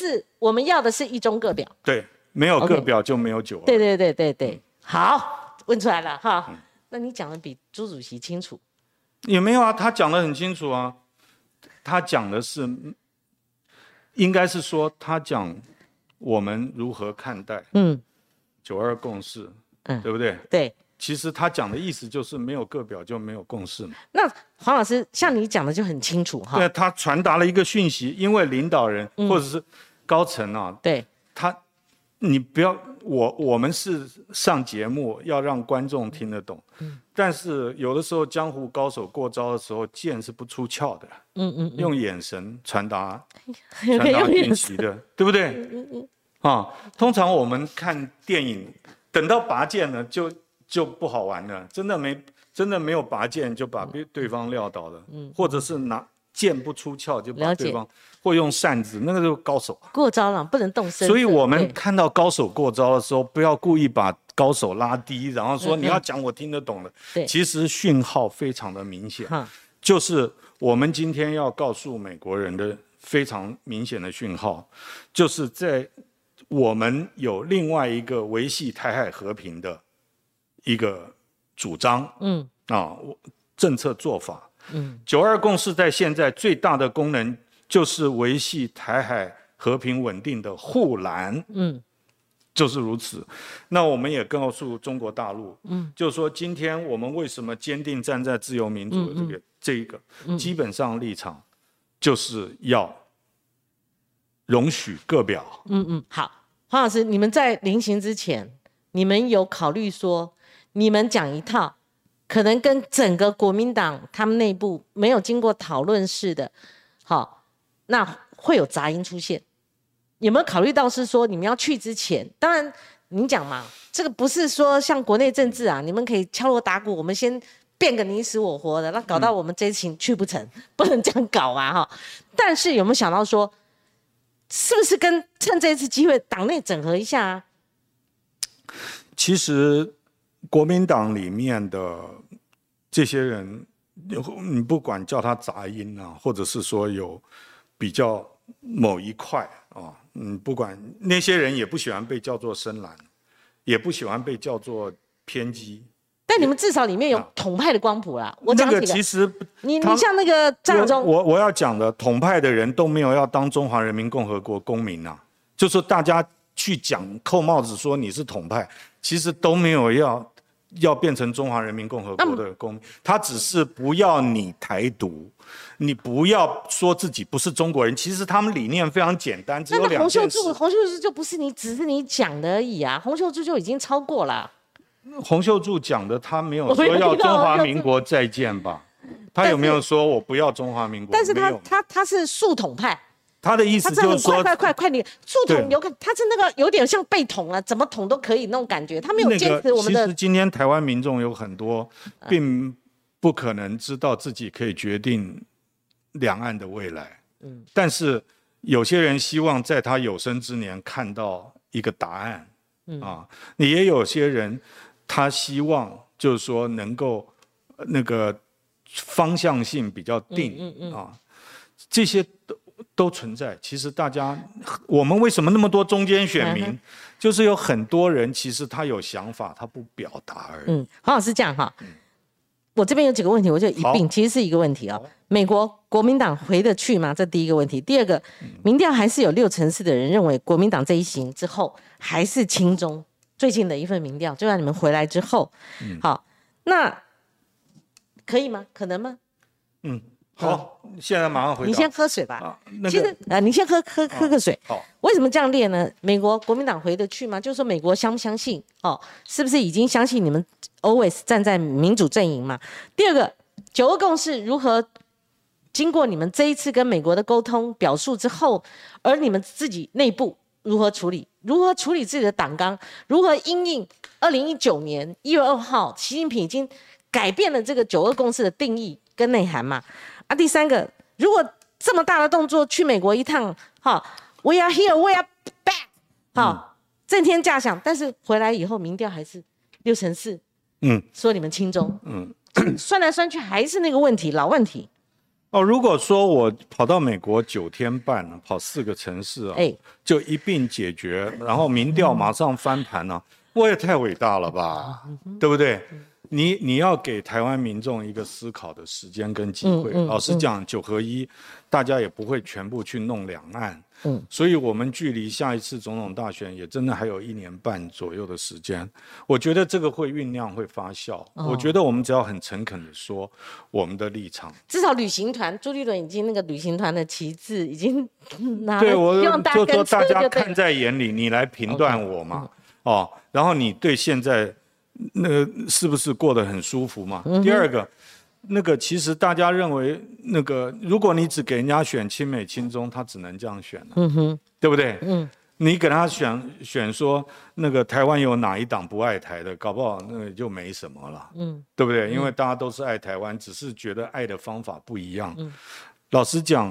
我们要的是一中各表。 对，没有各表就没有九二。 对对对对对，好，问出来了哈。嗯、那你讲的比朱主席清楚。 也没有啊，他讲的很清楚啊。他讲的是，应该是说他讲我们如何看待嗯九二共识，嗯，对不对？ 对。 其实他讲的意思就是没有各表就没有共识嘛。 那黄老师像你讲的就很清楚哈。 对，他传达了一个讯息，因为领导人、嗯、或者是高层啊， 对， 他你不要我我们是上节目要让观众听得懂，嗯，但是有的时候江湖高手过招的时候，剑是不出鞘的，嗯嗯, 嗯，用眼神传达传达讯息的，对不对？嗯嗯嗯。啊，通常我们看电影，等到拔剑呢就。就不好玩了，真的没真的没有拔剑就把对方撂倒了，嗯，或者是拿剑不出鞘就把对方，或用扇子，那个就是高手过招了，不能动身。 所以我们看到高手过招的时候，不要故意把高手拉低，然后说你要讲我听得懂的。 对， 其实讯号非常的明显，就是我们今天要告诉美国人的非常明显的讯号，就是在我们有另外一个维系台海和平的。一个主张，嗯啊，政策做法，嗯，九二共识在现在最大的功能就是维系台海和平稳定的护栏，嗯，就是如此。那我们也告诉中国大陆，嗯，就是说今天我们为什么坚定站在自由民主的这个、嗯嗯、这一个、嗯、基本上立场，就是要容许各表。 嗯嗯，好，黄老师，你们在临行之前，你们有考虑说？你们讲一套，可能跟整个国民党他们内部没有经过讨论式的，好，那会有杂音出现。有没有考虑到是说你们要去之前，当然你讲嘛，这个不是说像国内政治啊，你们可以敲锣打鼓，我们先变个你死我活的，那搞到我们这一情去不成，嗯、不能这样搞啊哈。但是有没有想到说，是不是跟趁这次机会党内整合一下啊？ 其实。国民党里面的这些人，你不管叫他杂音啊，或者是说有比较某一块啊，嗯，不管那些人也不喜欢被叫做深蓝，也不喜欢被叫做偏激。 但你们至少里面有统派的光谱啦。我讲几个， 那个其实你你像那个张亚中， 我我要讲的统派的人都没有要当中华人民共和国公民啊，就是大家去讲扣帽子说你是统派，其实都没有要。要变成中华人民共和国的公民，他只是不要你台独，你不要说自己不是中国人。其实他们理念非常简单，只有两件事。 洪秀柱，洪秀柱就不是你，只是你讲的而已啊。洪秀柱就已经超过了。 洪秀柱讲的，他没有说要中华民国再见吧？他有没有说我不要中华民国？ 但是他他他是速统派。 他的意思就是说， 快快快快，你速统有看，他是那个有点像被统了，怎么统都可以那种感觉，他没有坚持我们的。 其实今天台湾民众有很多，并不可能知道自己可以决定两岸的未来。嗯，但是有些人希望在他有生之年看到一个答案。嗯啊，也有些人他希望就是说能够那个方向性比较定。嗯嗯嗯啊，这些都。都存在。其实大家，我们为什么那么多中间选民？嗯、就是有很多人其实他有想法，他不表达而已。 嗯，黄老师这样哈，嗯、我这边有几个问题，我就一并，其实是一个问题哦。美国国民党回得去吗？这第一个问题。第二个，民调还是有六成四的人认为国民党这一行之后还是亲中。最近的一份民调，就在你们回来之后，嗯、好，那可以吗？可能吗？ 嗯。好，现在马上回答。 你先喝水吧。啊那个、 其实啊，你先喝喝喝个水。 啊、好。 为什么这样列呢？美国国民党回得去吗？就是说美国相不相信？哦，是不是已经相信你们 always 站在民主阵营嘛？第二个，九二共识如何经过你们这一次跟美国的沟通表述之后，而你们自己内部如何处理？如何处理自己的党纲？如何因应二零一九年一月二号，习近平已经改变了这个九二共识的定义跟内涵嘛？啊，第三个，如果这么大的动作去美国一趟，哈 ，We are here, we are back， 好，震天价响，但是回来以后民调还是六成四，嗯，说你们亲中，嗯，算来算去还是那个问题，老问题。 哦，如果说我跑到美国九天半，跑四个城市啊，哎，就一并解决，然后民调马上翻盘呢、啊，我也太伟大了吧，嗯、对不对？你你要给台湾民众一个思考的时间跟机会。嗯嗯、老实讲，九合一，大家也不会全部去弄两岸。嗯，所以我们距离下一次总统大选也真的还有一年半左右的时间。我觉得这个会酝酿，会发酵。哦、我觉得我们只要很诚恳的说我们的立场。 至少旅行团，朱立伦已经那个旅行团的旗帜已经拿了， 对，我希望大家就说大家看在眼里，你来评断我嘛。Okay. 哦，然后你对现在。那个是不是过得很舒服嘛？嗯、第二个，那个其实大家认为，那个如果你只给人家选亲美亲中，他只能这样选了、啊，嗯哼，对不对？嗯，你给他选选说那个台湾有哪一党不爱台的，搞不好那个就没什么了，嗯，对不对？因为大家都是爱台湾，只是觉得爱的方法不一样。嗯，老实讲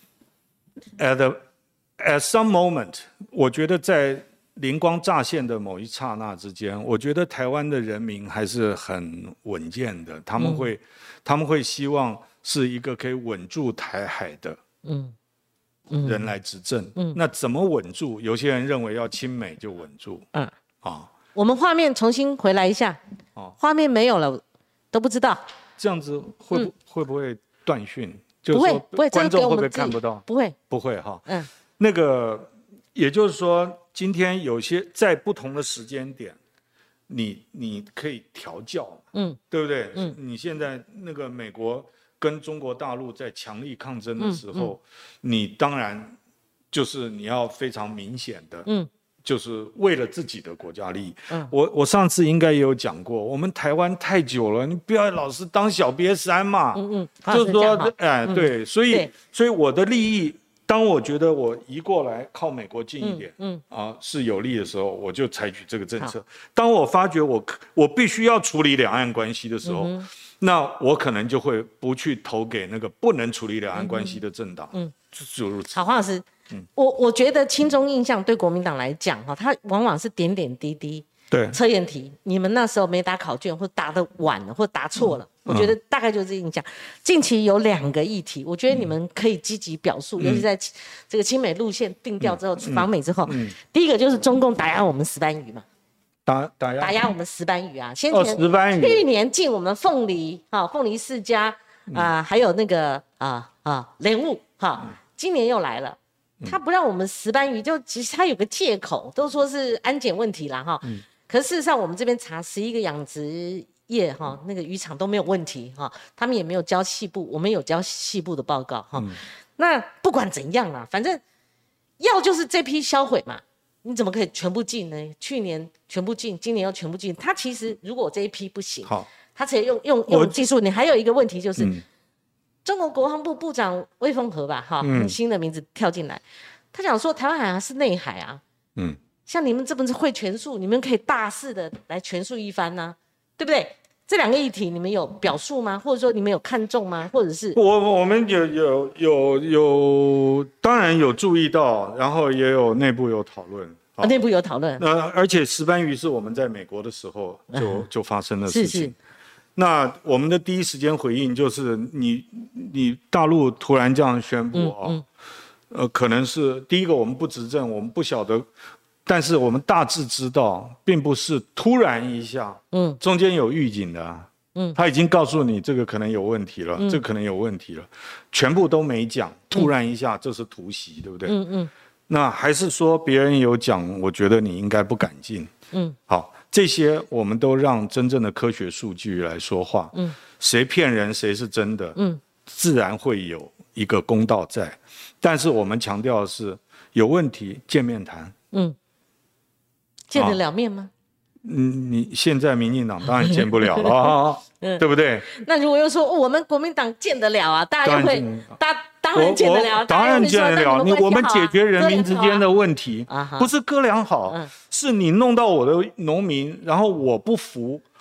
，at the, at some moment， 我觉得在。灵光乍现的某一刹那之间，我觉得台湾的人民还是很稳健的，他们会，嗯、他们会希望是一个可以稳住台海的人来执政。嗯嗯、那怎么稳住？有些人认为要亲美就稳住。嗯啊，我们画面重新回来一下。哦，画面没有了，都不知道。 这样子会不、嗯、会不会断讯？ 不会，不会， 观众会不会看不到？ 不会， 不会哈。嗯，那个也就是说。今天有些在不同的时间点，你你可以调教，嗯，对不对？嗯，你现在那个美国跟中国大陆在强力抗争的时候，嗯嗯、你当然就是你要非常明显的，嗯，就是为了自己的国家利益。嗯，我我上次应该也有讲过，我们台湾太久了，你不要老是当小瘪三嘛，嗯嗯，就是说，哎，嗯、对，所以对所以我的利益。当我觉得我移过来靠美国近一点，嗯嗯、啊是有利的时候，我就采取这个政策。当我發覺我我必須要處理兩岸關係的時候，嗯、那我可能就會不去投給那個不能處理兩岸關係的政黨。嗯，就如此。 好，黃老師，嗯、我我覺得親中印象對國民黨來講，哈，它往往是點點滴滴。 對， 測驗題，你們那時候沒答考卷，或答得晚了，或答錯了，嗯、我覺得大概就是這個印象。近期有兩個議題，我覺得你們可以積極表述，嗯、尤其在這個親美路線定調之後，訪、嗯、美之後，嗯嗯、第一個就是中共打壓我們石斑魚嘛， 打打壓打壓我們石斑魚啊，先前、哦、石斑魚去年進我們鳳梨啊，鳳梨世家啊，還有那個啊啊蓮霧哈，今年又來了。他不讓我們石斑魚，就其實他有個借口，都說是安檢問題啦哈。嗯可事實上，我們這邊查十一個養殖業哈，那個漁場都沒有問題哈，他們也沒有交細部，我們有交細部的報告哈。嗯、那不管怎樣啦，反正要就是這批銷毀嘛，你怎麼可以全部禁呢？去年全部禁，今年要全部禁。他其實如果這一批不行，好，他直接用用用技術。你還有一個問題就是，嗯、中國國防部部長魏鳳和吧，哈，很新的名字跳進來，他講說台灣海峽是內海啊，嗯。像你們這本是會權術，你們可以大肆的來權術一番啊，對不對？這兩個議題你們有表述嗎？或者說你們有看中嗎？或者是我我們有有有有，當然有注意到，然後也有內部有討論啊，內部有討論。 那而且石斑魚是我們在美國的時候就、嗯、就發生的事情。是是。那我們的第一時間回應就是你你大陸突然這樣宣布啊，嗯嗯、呃，可能是第一個我們不執政，我們不曉得。但是我們大致知道，並不是突然一下，嗯，中間有預警的、啊，嗯，他已經告訴你這個可能有問題了，嗯、這個可能有問題了，全部都沒講，突然一下，這是突襲，嗯、對不對？嗯嗯。嗯那還是說別人有講，我覺得你應該不敢進，嗯。好，這些我們都讓真正的科學數據來說話，嗯，誰騙人誰是真的，嗯，自然會有一個公道在，但是我們強調的是有問題見面談，嗯。 見得了面嗎？ 嗯，你現在民進黨當然見不了了，對不對？ 那如果又說我們國民黨見得了啊，大家就會，當當然見得了， 當然見得了。你我們解決人民之間的問題，不是哥倆好，是你弄到我的農民，然後我不服，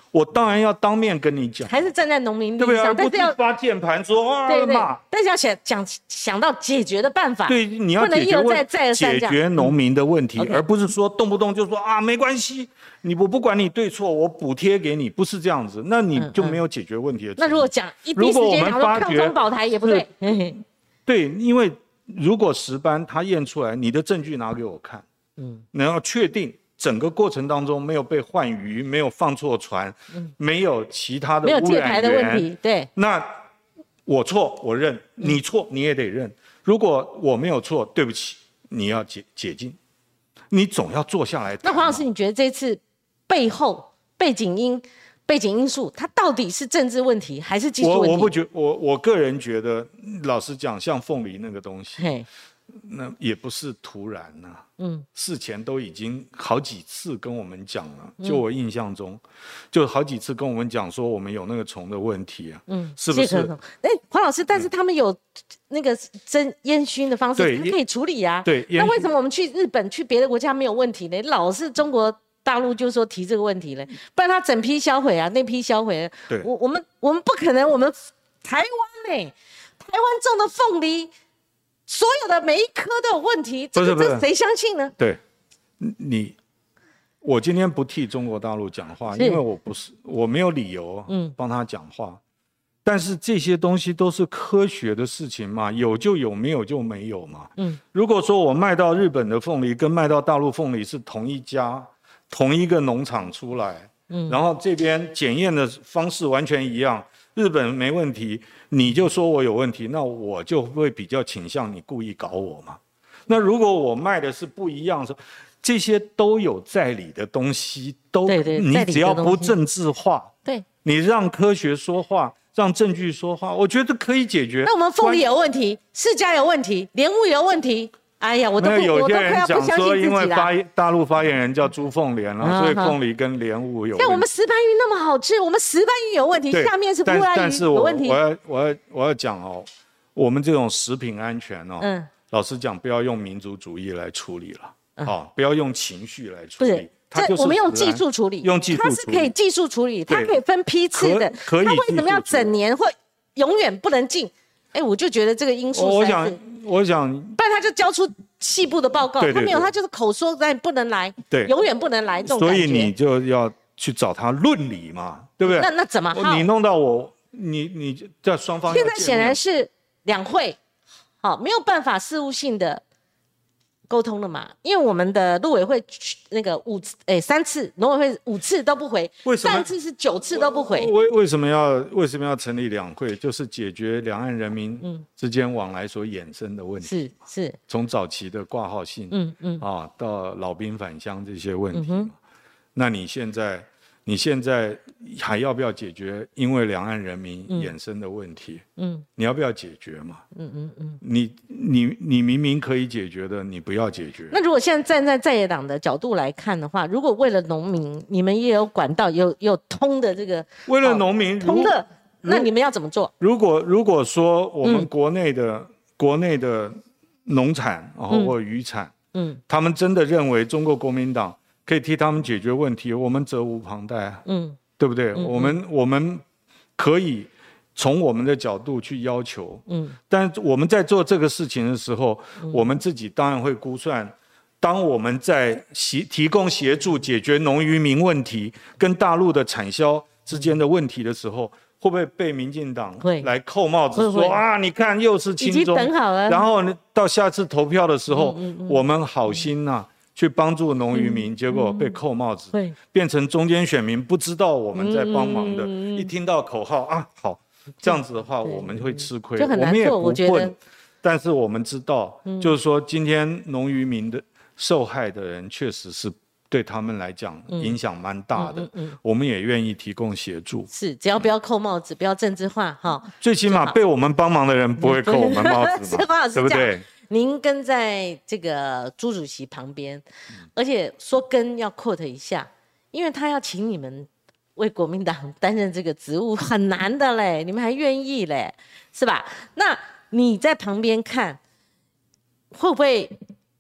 我当然要当面跟你讲， 还是站在农民立场， 对不对？不是发键盘说啊对对， 骂， 但是要想讲想到解决的办法， 对，你要解决问解决农民的问题，嗯、而不是说动不动就说啊没关系，你我不管你对错，我补贴给你，不是这样子，那你就没有解决问题的、嗯嗯。 那如果讲一第一时间讲说抗中保台也不对， 对，因为如果石斑他验出来，你的证据拿给我看，嗯，你要确定。整个过程当中没有被换鱼，没有放错船，嗯、没有其他的污染源， 没有借牌的问题，对。 那我错我认，你错你也得认。如果我没有错，对不起，你要解解禁，你总要坐下来谈。 那黄老师，你觉得这次背后背景因背景因素，它到底是政治问题还是技术问题？ 我我不觉我我个人觉得，老实讲，像凤梨那个东西。那也不是突然呐、啊，嗯，事前都已经好几次跟我们讲了，就我印象中，嗯、就好几次跟我们讲说我们有那个虫的问题啊，嗯，是不是？ 哎，黄老师，但是他们有那个蒸烟熏的方式，它可以处理啊， 对。 那为什么我们去日本、去别的国家没有问题呢？老是中国大陆就说提这个问题嘞，不然他整批销毁啊，那批销毁、啊， 对， 我我们我们不可能，我们台湾呢，台湾种的凤梨。所有的每一颗都有问题，这个这谁相信呢？ 对，你，我今天不替中国大陆讲话，因为我不是，我没有理由帮他讲话。嗯、但是这些东西都是科学的事情嘛，有就有，没有就没有嘛。嗯，如果说我卖到日本的凤梨跟卖到大陆凤梨是同一家、同一个农场出来，嗯，然后这边检验的方式完全一样。日本没问题，你就说我有问题，那我就会比较倾向你故意搞我嘛。那如果我卖的是不一样的，这些都有在理的东西，都对对， 你只要不政治化， 对， 你让科学说话，让证据说话，我觉得可以解决。 那我们凤梨有问题，释迦有问题，莲雾有问题。哎呀，我都不， 有些人讲说，因为发大陆发言人叫朱凤莲了，所以凤梨跟莲雾有问题。 像我们石斑鱼那么好吃，我们石斑鱼有问题，下面是布拉鱼有问题。 我要我要我要讲哦，我们这种食品安全哦，嗯，老实讲，不要用民族主义来处理了，嗯、哦，不要用情绪来处理。 不是，这我们用技术处理， 用技术处理， 它是可以技术处理，它可以分批次的， 可以。 它为什么要整年或永远不能进？哎，我就觉得这个因素， 我想，我想， 不然他就交出细部的报告， 对对对， 他没有，他就是口说但不能来， 对， 永远不能来这种感觉。所以你就要去找他论理嘛，对不对？ 那那怎么？ 你弄到我，你你这双方现在显然是两会，好，没有办法事务性的沟通了嘛？因为我们的陆委会那个五次，哎，三次，农委会五次都不回， 为什么？ 上次是九次都不回。 为为什么要为什么要成立两会？就是解决两岸人民之间往来所衍生的问题。 是是。 从早期的挂号信，嗯嗯，啊，到老兵返乡这些问题嘛。嗯、那你现在你现在还要不要解决因为两岸人民衍生的问题？嗯，你要不要解决嘛？嗯嗯嗯，你你你明明可以解决的，你不要解决。 那如果现在站在在野党的角度来看的话，如果为了农民，你们也有管道，有有通的这个， 为了农民、 哦、通的，那你们要怎么做？ 如果如果说我们国内的、嗯、国内的农产然后或渔产，嗯，他们真的认为中国国民党可以替他们解决问题，我们责无旁贷，嗯，对不对？嗯、我们我们可以从我们的角度去要求，嗯，但我们在做这个事情的时候，嗯、我们自己当然会估算，当我们在协提供协助解决农渔民问题跟大陆的产销之间的问题的时候，会不会被民进党来扣帽子说啊？你看又是亲中，已经等好了， 然后到下次投票的时候，嗯嗯嗯、我们好心呐、啊。去帮助农渔民，嗯、结果被扣帽子，嗯、变成中间选民不知道我们在帮忙的，嗯、一听到口号啊，好，这样子的话我们会吃亏， 就很难做，我觉得。 但是我们知道，嗯、就是说今天农渔民的受害的人确实是对他们来讲影响蛮大的，嗯嗯嗯、我们也愿意提供协助。 是，只要不要扣帽子，不要政治化哈。 最起码被我们帮忙的人不会扣我们帽子嘛，对不对？ 您跟在这个朱主席旁边，而且说跟要 quote 一下，因为他要请你们为国民党担任这个职务，很难的嘞，你们还愿意嘞，是吧？那你在旁边看，会不会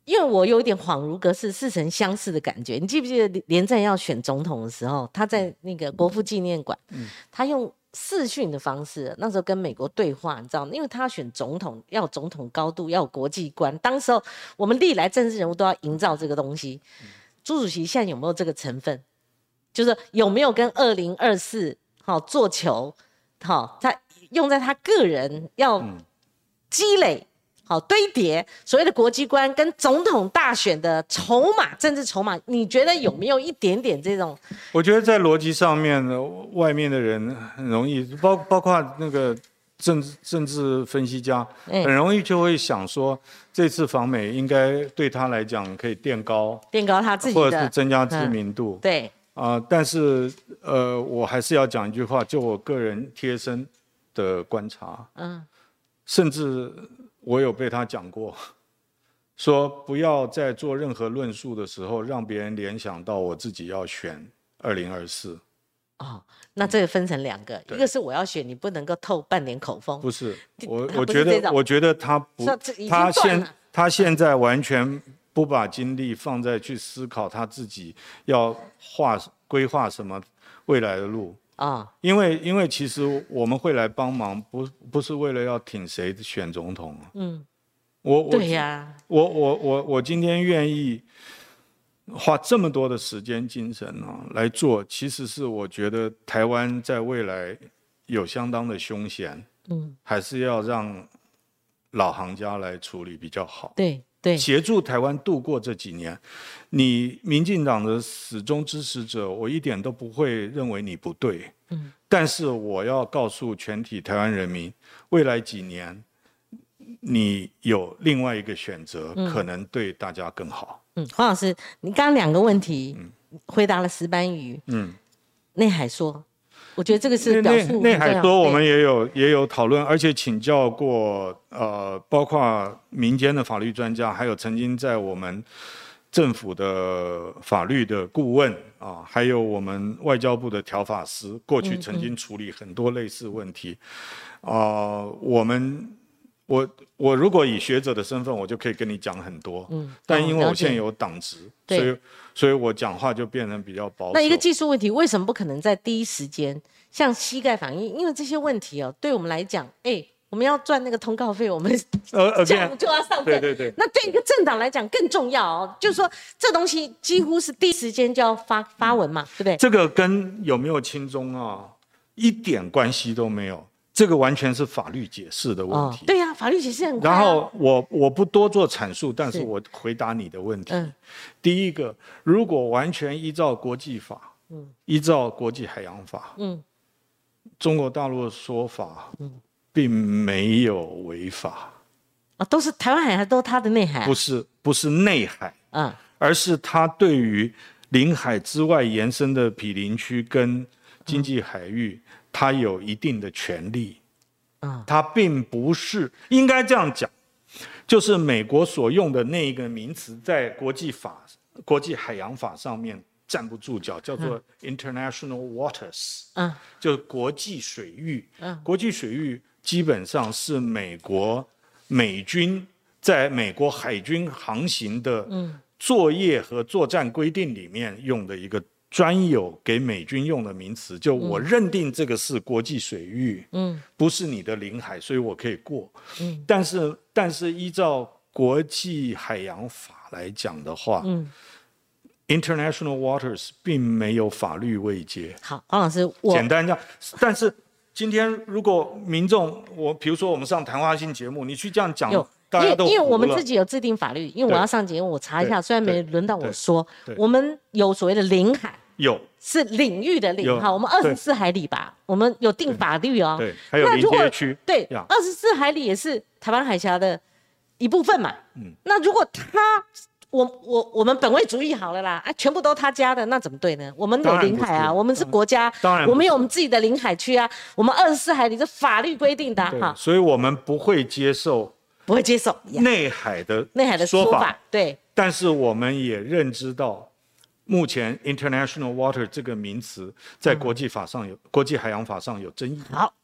因为我有一点恍如隔世、似曾相识的感觉。你记不记得连战要选总统的时候，他在那个国父纪念馆，嗯、他用视讯的方式，那时候跟美国对话，你知道吗？因为他要选总统，要有总统高度，要有国际观。当时候我们历来政治人物都要营造这个东西。嗯、朱主席现在有没有这个成分？就是有没有跟二零二四好做球，好他用在他个人要积累。嗯好堆叠所谓的国际观跟总统大选的筹码，政治筹码，你觉得有没有一点点这种？ 我觉得在逻辑上面，外面的人很容易，包包括那个政治政治分析家，很容易就会想说，这次访美应该对他来讲可以垫高， 垫高他自己的， 或者是增加知名度。 嗯、对啊、呃，但是呃，我还是要讲一句话，就我个人贴身的观察，嗯，甚至。我有被他讲过，说不要在做任何论述的时候让别人联想到我自己要选二零二四。 哦，那这个分成两个，一个是我要选，你不能够透半点口风。 不是，我我觉得，我觉得他不，他现他现在完全不把精力放在去思考他自己要画规划什么未来的路。啊，因为因为其实我们会来帮忙，不不是为了要挺谁选总统。嗯，我我对呀、啊， 我我我我今天愿意花这么多的时间精神啊来做，其实是我觉得台湾在未来有相当的凶险，嗯，还是要让老行家来处理比较好。 对。对， 协助台湾度过这几年，你民进党的始终支持者，我一点都不会认为你不对。嗯，但是我要告诉全体台湾人民，未来几年你有另外一个选择，嗯、可能对大家更好。 嗯，黄老师，你刚刚两个问题、嗯、回答了石斑鱼。嗯，内海说。我觉得这个是表述内海说，我们也有也有讨论，而且请教过呃，包括民间的法律专家，还有曾经在我们政府的法律的顾问啊，还有我们外交部的条法师，过去曾经处理很多类似问题。啊、呃，我们我我如果以学者的身份，我就可以跟你讲很多。嗯，但因为我现在有党职，所以。所以我讲话就变成比较保守。 那一个技术问题，为什么不可能在第一时间像膝盖反应？因为这些问题哦，对我们来讲，哎、欸，我们要赚那个通告费，我们这样就要上阵。 对对对。 那对一个政党来讲更重要哦，就是说这东西几乎是第一时间就要发发文嘛，对不对？ 这个跟有没有亲中啊一点关系都没有。这个完全是法律解释的问题。 哦、对呀、啊，法律解释很快、啊。 然后我我不多做阐述，但是我回答你的问题。嗯、第一个，如果完全依照国际法，嗯、依照国际海洋法，嗯、中国大陆的说法，嗯、并没有违法。 啊，都是台湾海峡，都是它的内海、啊。 不是，不是内海，嗯、而是它对于领海之外延伸的毗邻区跟经济海域。嗯他有一定的权利，他并不是应该这样讲，就是美国所用的那一个名词，在国际法、国际海洋法上面站不住脚，叫做 international waters，嗯，就是国际水域。嗯，国际水域基本上是美国美军在美国海军航行的作业和作战规定里面用的一个。专有给美军用的名词，就我认定这个是国际水域，嗯，不是你的领海，所以我可以过，嗯，但是但是依照国际海洋法来讲的话，嗯 ，international waters 并没有法律位阶。 好，黄老师，我简单这样，但是今天如果民众，我比如说我们上谈话性节目，你去这样讲。 因为因为我们自己有制定法律，因为我要上节目，我查一下，虽然没轮到我说，我们有所谓的领海， 有是领域的领哈，我们二十四海里吧，我们有定法律哦。 对，还有临街区。 对，二十四海里也是台湾海峡的一部分嘛。嗯，那如果他我我我们本位主义好了啦，啊，全部都他家的，那怎么对呢？我们有领海啊，我们是国家， 当然， 我们有我们自己的领海区啊，我们二十四海里是法律规定的哈， 所以我们不会接受。 不会接受内海的内海的说法，对。 但是我们也认知到，目前 international water 这个名词在国际法上有、嗯、国际海洋法上有争议。 好，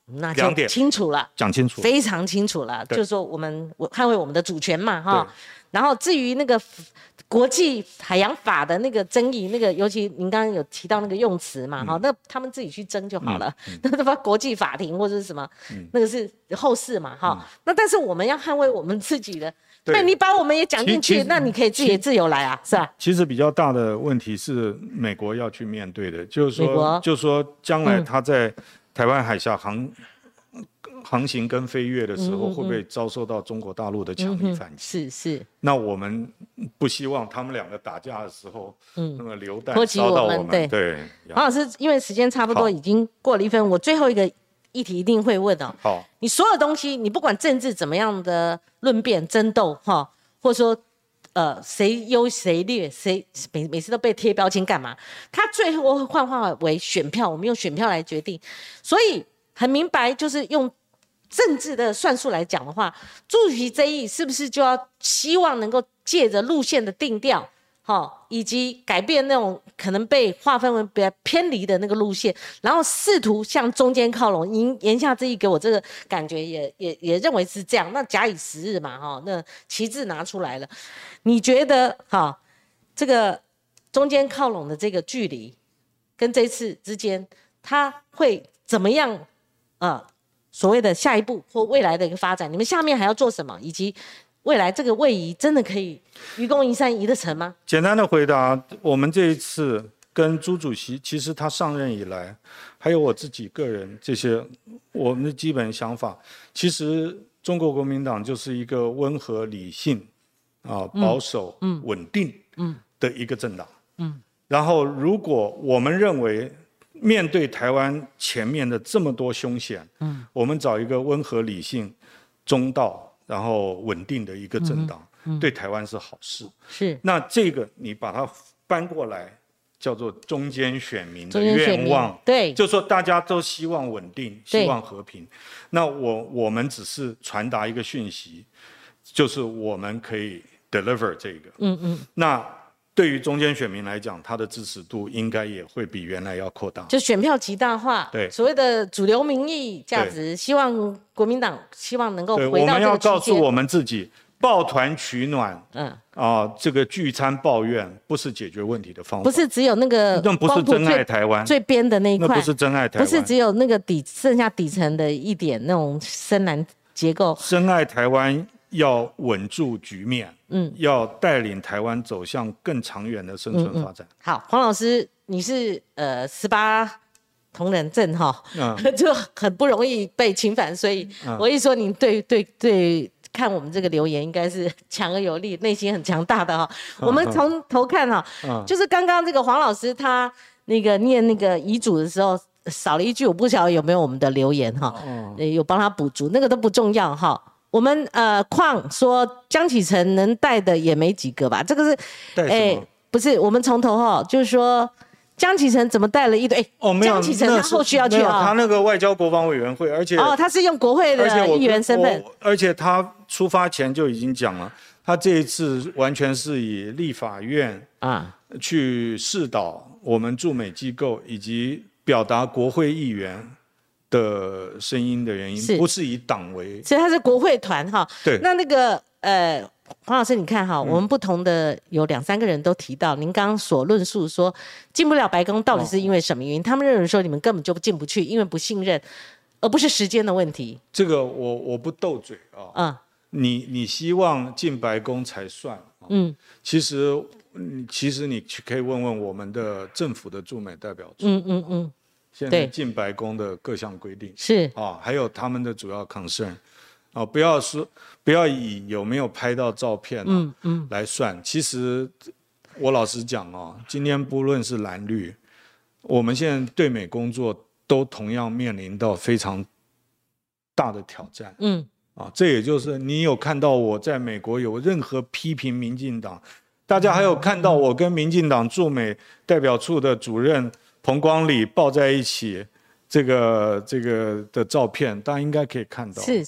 那就清楚了， 讲清楚， 非常清楚了，就是说我们捍卫我们的主权嘛，哈。然后至于那个国际海洋法的那个争议，那个尤其您刚刚有提到那个用词嘛，哈、嗯，那他们自己去争就好了，那他妈国际法庭或者是什么，嗯、那个是后事嘛，哈、嗯。那但是我们要捍卫我们自己的，那你把我们也讲进去，那你可以自己自由来啊，是吧？ 其实比较大的问题是美国要去面对的，就是说，就是说将来他在台湾海峡航。嗯航行跟飞越的时候，会不会遭受到中国大陆的强力反击？ 是是。 那我们不希望他们两个打架的时候，嗯，那么流弹波烧到我们。 对对。 黄老师，因为时间差不多，已经过了一分，我最后一个议题一定会问哦。 好。 你所有东西，你不管政治怎么样的论辩、争斗，哈，或者说，呃，谁优谁劣，谁每每次都被贴标签干嘛？他最后会幻化为选票，我们用选票来决定，所以很明白，就是用。政治的算术来讲的话，朱主席这一是不是就要希望能够借着路线的定调，哦，以及改变那种可能被划分为比较偏离的那个路线，然后试图向中间靠拢？言言下之意给我这个感觉也也也认为是这样。那假以时日嘛，哈、哦，那旗帜拿出来了，你觉得哈、哦，这个中间靠拢的这个距离跟这次之间，它会怎么样啊？呃所谓的下一步或未来的一个发展，你们下面还要做什么，以及未来这个位移真的可以愚公移山移得成吗？ 简单的回答，我们这一次跟朱主席，其实他上任以来，还有我自己个人这些我们的基本想法，其实中国国民党就是一个温和理性啊、保守、嗯、稳定的一个政党。嗯，然后如果我们认为面对台湾前面的这么多凶险，嗯，我们找一个温和理性、中道，然后稳定的一个政党，嗯嗯、对台湾是好事。 是。那这个你把它搬过来，叫做中间选民的愿望， 对， 就说大家都希望稳定，希望和平。那我我们只是传达一个讯息，就是我们可以 deliver 这个。嗯嗯。那。对于中间选民来讲，他的支持度应该也会比原来要扩大， 就选票极大化。 对， 所谓的主流民意价值，希望国民党希望能够回到这个区间。 我们要告诉我们自己，抱团取暖，嗯啊，这个聚餐抱怨不是解决问题的方法。 不是只有那个， 那不是真爱台湾最边的那一块， 那不是真爱台湾， 不是只有那个底剩下底层的一点那种深蓝结构。 真爱台湾。要稳住局面，嗯，要带领台湾走向更长远的生存发展。 嗯嗯、好，黄老师，你是呃十八同人证哈，嗯、就很不容易被侵犯，所以我一说你对对对，看我们这个留言应该是强而有力，内心很强大的哈。嗯、我们从头看哈，嗯、就是刚刚这个黄老师他那个念那个遗嘱的时候少了一句，我不晓得有没有我们的留言哈，嗯、有帮他补足，那个都不重要哈。我们呃，况说江启臣能带的也没几个吧？这个是， 哎， 不是，我们从头哈，就是说江启臣怎么带了一堆？ 哦，没有， 江启臣他后续要去啊， 他那个外交国防委员会，而且哦，他是用国会的议员身份， 而且他出发前就已经讲了，他这一次完全是以立法院啊去示导我们驻美机构以及表达国会议员的声音的原因，不是以党为， 所以他是国会团哈。 对， 那那个呃，黄老师，你看哈，嗯、我们不同的有两三个人都提到，您刚刚所论述说进不了白宫，到底是因为什么原因？哦、他们认为说你们根本就进不去，因为不信任，而不是时间的问题。 这个我我不斗嘴啊。嗯，你你希望进白宫才算。嗯，其实其实你可以问问我们的政府的驻美代表处。嗯嗯嗯。现在进白宫的各项规定是啊，还有他们的主要 concern 啊，不要说不要以有没有拍到照片、啊、嗯嗯来算。其实我老实讲哦、啊，今天不论是蓝绿，我们现在对美工作都同样面临到非常大的挑战。嗯啊，这也就是你有看到我在美国有任何批评民进党，大家还有看到我跟民进党驻美代表处的主任彭光礼抱在一起，这个这个的照片，大家应该可以看到。 是是，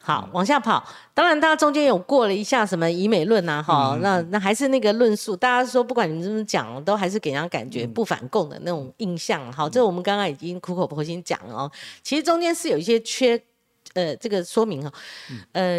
好，往下跑。当然，大家中间有过了一下什么以美论啊，哈、嗯，那那还是那个论述。大家说，不管你们怎么讲，都还是给人家感觉不反共的那种印象。好，这我们刚刚已经苦口婆心讲了哦。其实中间是有一些缺，呃，这个说明哈，呃，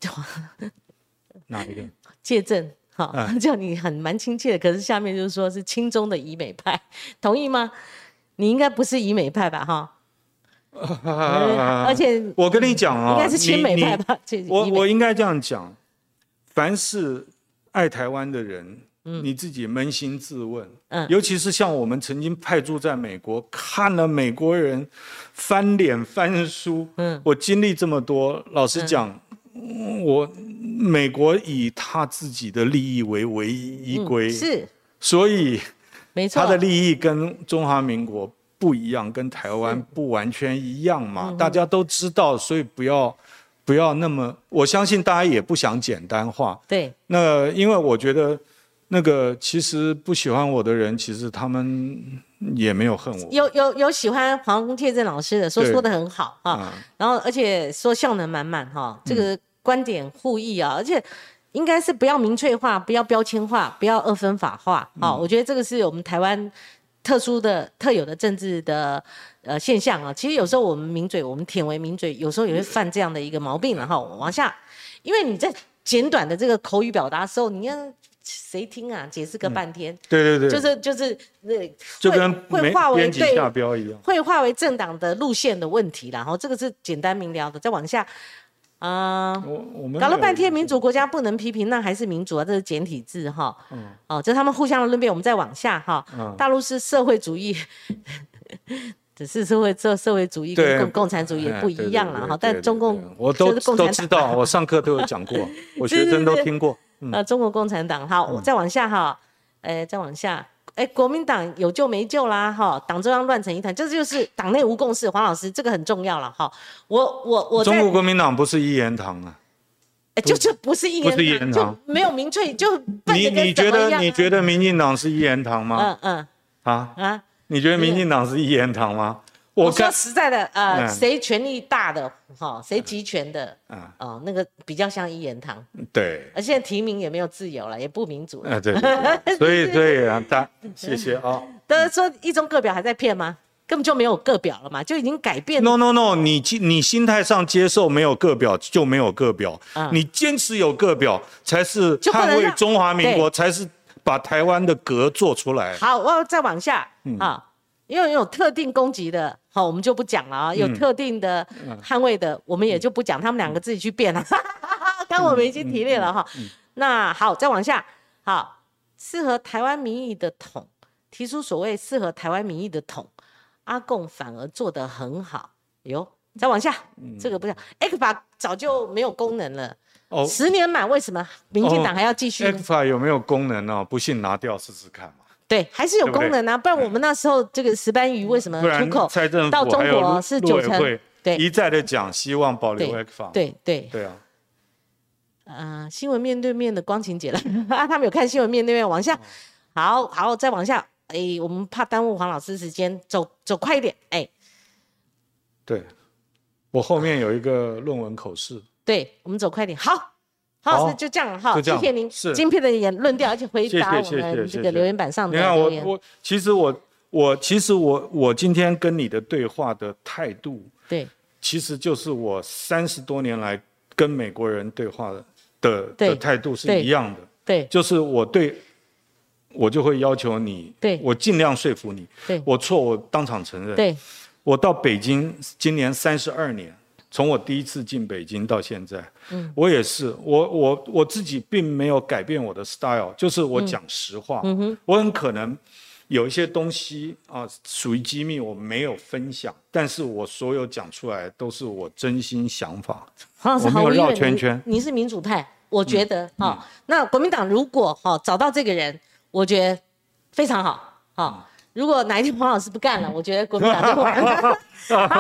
哪一个？ 借证，哈、嗯，叫你很蛮亲切的。可是下面就是说是亲中的以美派，同意吗？你应该不是以美派吧，哈？ 呃、而且我跟你讲啊， 应该是亲美派吧？ 我我应该这样讲，凡是爱台湾的人，嗯、你自己扪心自问，嗯，尤其是像我们曾经派驻在美国，看了美国人翻脸翻书，嗯，我经历这么多，老实讲，嗯、我美国以他自己的利益为唯一依归，嗯、 是， 所以没错， 他的利益跟中华民国不一样，跟台湾不完全一样嘛，嗯、大家都知道，所以不要不要那么，我相信大家也不想简单化。 对， 那因为我觉得那个其实不喜欢我的人，其实他们也没有恨我。 有有有喜欢黄介正老师的，说说得很好哈、嗯，然后而且说效能满满哈，这个观点互益啊，而且应该是不要民粹化，不要标签化，不要二分法化。好、嗯，我觉得这个是我们台湾特殊的、特有的政治的呃现象啊，其实有时候我们名嘴，我们舔为名嘴，有时候也会犯这样的一个毛病了哈。往下，因为你在简短的这个口语表达的时候，你要谁听啊？解释个半天。嗯、 对对对。 就是就是那就跟会化为对下标一样， 会化为政党的路线的问题啦。然后这个是简单明了的。再往下。啊、呃，搞了半天民主国家不能批评，那还是民主啊，这是简体字哈。嗯，哦，这是他们互相的论辩，我们再往下哈。嗯，大陆是社会主义，只是社会社社会主义跟共共产主义也不一样了哈。但中共我都都知道，我上课都有讲过，我学生都听过。 嗯、呃，中国共产党好，我再往下哈，哎，再往下。哎，国民党有救没救啦？哈，党中央乱成一团，这就是党内无共识。黄老师，这个很重要了哈。我我我， 中国国民党不是一言堂啊， 哎，就就不是一言堂， 不是一言堂， 就没有民粹，就你你觉得你觉得民进党是一言堂吗？嗯嗯，啊啊，你觉得民进党是一言堂吗？ 我说实在的，呃，谁、嗯、权力大的，哈、哦，谁集权的，嗯，哦，那个比较像一言堂， 对， 而现在提名也没有自由了，也不民主了， 啊，对，对对所以所以啊，大谢谢啊。 大家说一中各表还在骗吗？根本就没有各表了嘛，就已经改变了。 No No No， 你你心态上接受没有各表就没有各表，嗯、你坚持有各表才是捍卫中华民国，才是把台湾的格做出来。 好，我要再往下、嗯、啊。因为有特定攻击的，好，我们就不讲了啊。有特定的捍卫的，嗯、我们也就不讲，他们两个自己去辩了。刚我们已经提炼了哈。嗯嗯嗯、那好，再往下，好，适合台湾民意的统，提出所谓适合台湾民意的统，阿共反而做得很好。哟，再往下，嗯、这个不讲 ，X 法早就没有功能了。哦，十年满，为什么民进党还要继续、 哦、？X 法有没有功能呢、哦？不信拿掉试试看嘛。 对，还是有功能啊，不然我们那时候这个石斑鱼为什么出口到中国是九成？对， 一再的讲希望保留 X 法。 对对对啊。 呃，新闻面对面的光晴姐了，他们有看新闻面对面，往下，好好再往下，哎，我们怕耽误黄老师时间，走走快一点，哎。 对，我后面有一个论文口试。 对，我们走快一点，好。好，那就这样哈，谢谢您精辟的言论调，而且回答我们这个留言板上的留言。 你看我我其实我我其实我我今天跟你的对话的态度， 对， 其实就是我三十多年来跟美国人对话的的的态度是一样的， 对， 就是我对，我就会要求你， 对， 我尽量说服你， 对， 我错我当场承认， 对， 我到北京今年三十二年。从我第一次进北京到现在，嗯，我也是，我我我自己并没有改变我的 style， 就是我讲实话，嗯哼，我很可能有一些东西啊属于机密，我没有分享，但是我所有讲出来都是我真心想法，我没有绕圈圈。 你是民主派，我觉得哈、嗯哦嗯，那国民党如果哈、哦、找到这个人，我觉得非常好，哈、哦。如果哪一天黄老师不干了，我觉得国民党就完了。好，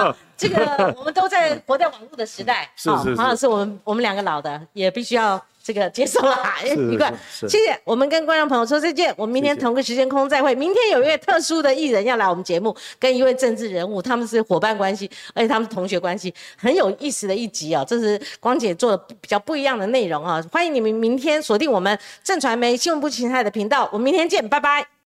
这个我们都在活在网络的时代， 是是是， 黄老师，我们我们两个老的也必须要这个接受啦，一块，谢谢。我们跟观众朋友说再见，我们明天同个时间空中再会。明天有一位特殊的艺人要来我们节目，跟一位政治人物，他们是伙伴关系，而且他们是同学关系，很有意思的一集哦。这是光姐做的比较不一样的内容啊，欢迎你们明天锁定我们正传媒新闻部芹菜的频道，我们明天见，拜拜。